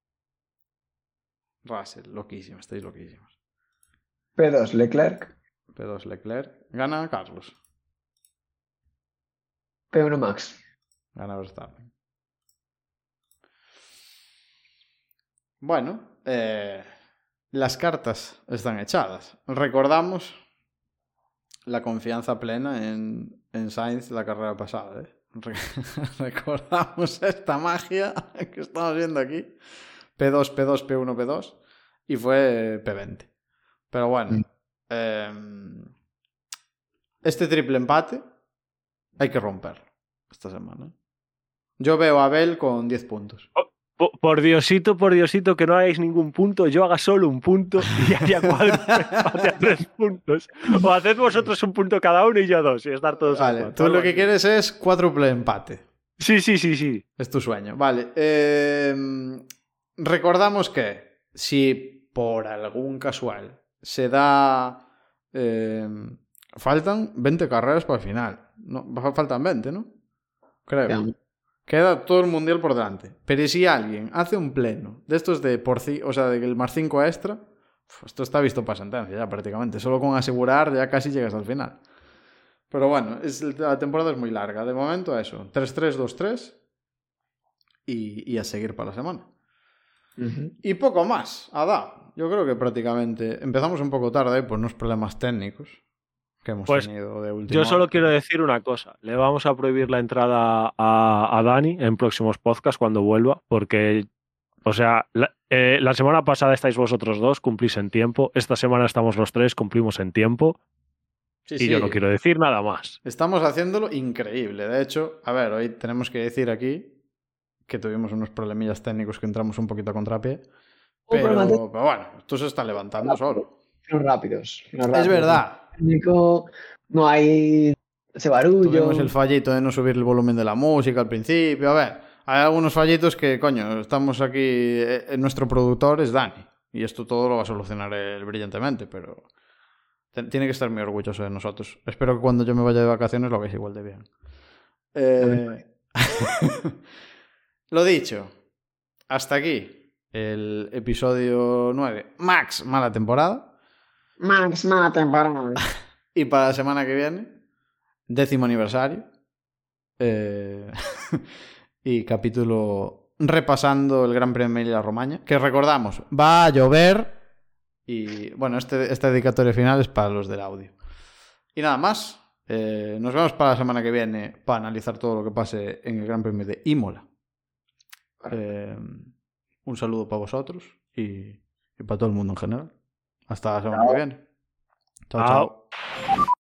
Russell, loquísimo, estáis loquísimos. P2. Leclerc. P2 Leclerc. Gana Carlos. P1. Max. Gana Verstappen. Bueno, las cartas están echadas. Recordamos la confianza plena en Sainz la carrera pasada. Recordamos esta magia que estamos viendo aquí. P2, P2, P1, P2. Y fue P20. Pero bueno. Este triple empate hay que romperlo esta semana. Yo veo a Abel con 10 puntos. Por Diosito, que no hagáis ningún punto, yo haga solo un punto y haya empate a 3 puntos. O haced vosotros un punto cada uno y yo 2 y estar todos Vale, a 4. tú lo que quieres es cuádruple empate. Sí. Es tu sueño. Vale. Recordamos que si por algún casual se da... faltan 20 carreras para el final. No, faltan 20, ¿no? Creo. Ya. Queda todo el mundial por delante. Pero si alguien hace un pleno de estos de o sea, de el más 5 extra, esto está visto para sentencia ya prácticamente. Solo con asegurar ya casi llegas al final. Pero bueno, la temporada es muy larga. De momento eso. 3-3, 2-3 y a seguir para la semana. Y poco más. Ada. Yo creo que prácticamente empezamos un poco tarde por unos problemas técnicos que hemos tenido de última Yo solo hora. quiero decir una cosa. Le vamos a prohibir la entrada a Dani en próximos podcasts cuando vuelva, porque, o sea, la semana pasada estáis vosotros dos, cumplís en tiempo. Esta semana estamos los tres, cumplimos en tiempo. Sí. Yo no quiero decir nada más. Estamos haciéndolo increíble. De hecho, a ver, hoy tenemos que decir aquí que tuvimos unos problemillas técnicos que entramos un poquito a contrapié. Pero bueno, esto se está levantando solo. Finos rápidos. Es verdad. No hay ese barullo. Tuvimos el fallito de no subir el volumen de la música al principio. A ver, hay algunos fallitos que, coño, estamos aquí... nuestro productor es Dani. Y esto todo lo va a solucionar él brillantemente, pero... tiene que estar muy orgulloso de nosotros. Espero que cuando yo me vaya de vacaciones lo hagáis igual de bien. Lo dicho. Hasta aquí el episodio 9. Max, mala temporada. Max, mala temporada. Y para la semana que viene, 10º aniversario. Y capítulo repasando el Gran Premio de Emilia-Romagna. Que recordamos, va a llover. Y bueno, esta dedicatoria final es para los del audio. Y nada más. Nos vemos para la semana que viene para analizar todo lo que pase en el Gran Premio de Imola. Un saludo para vosotros y para todo el mundo en general. Hasta la semana que viene. Chao.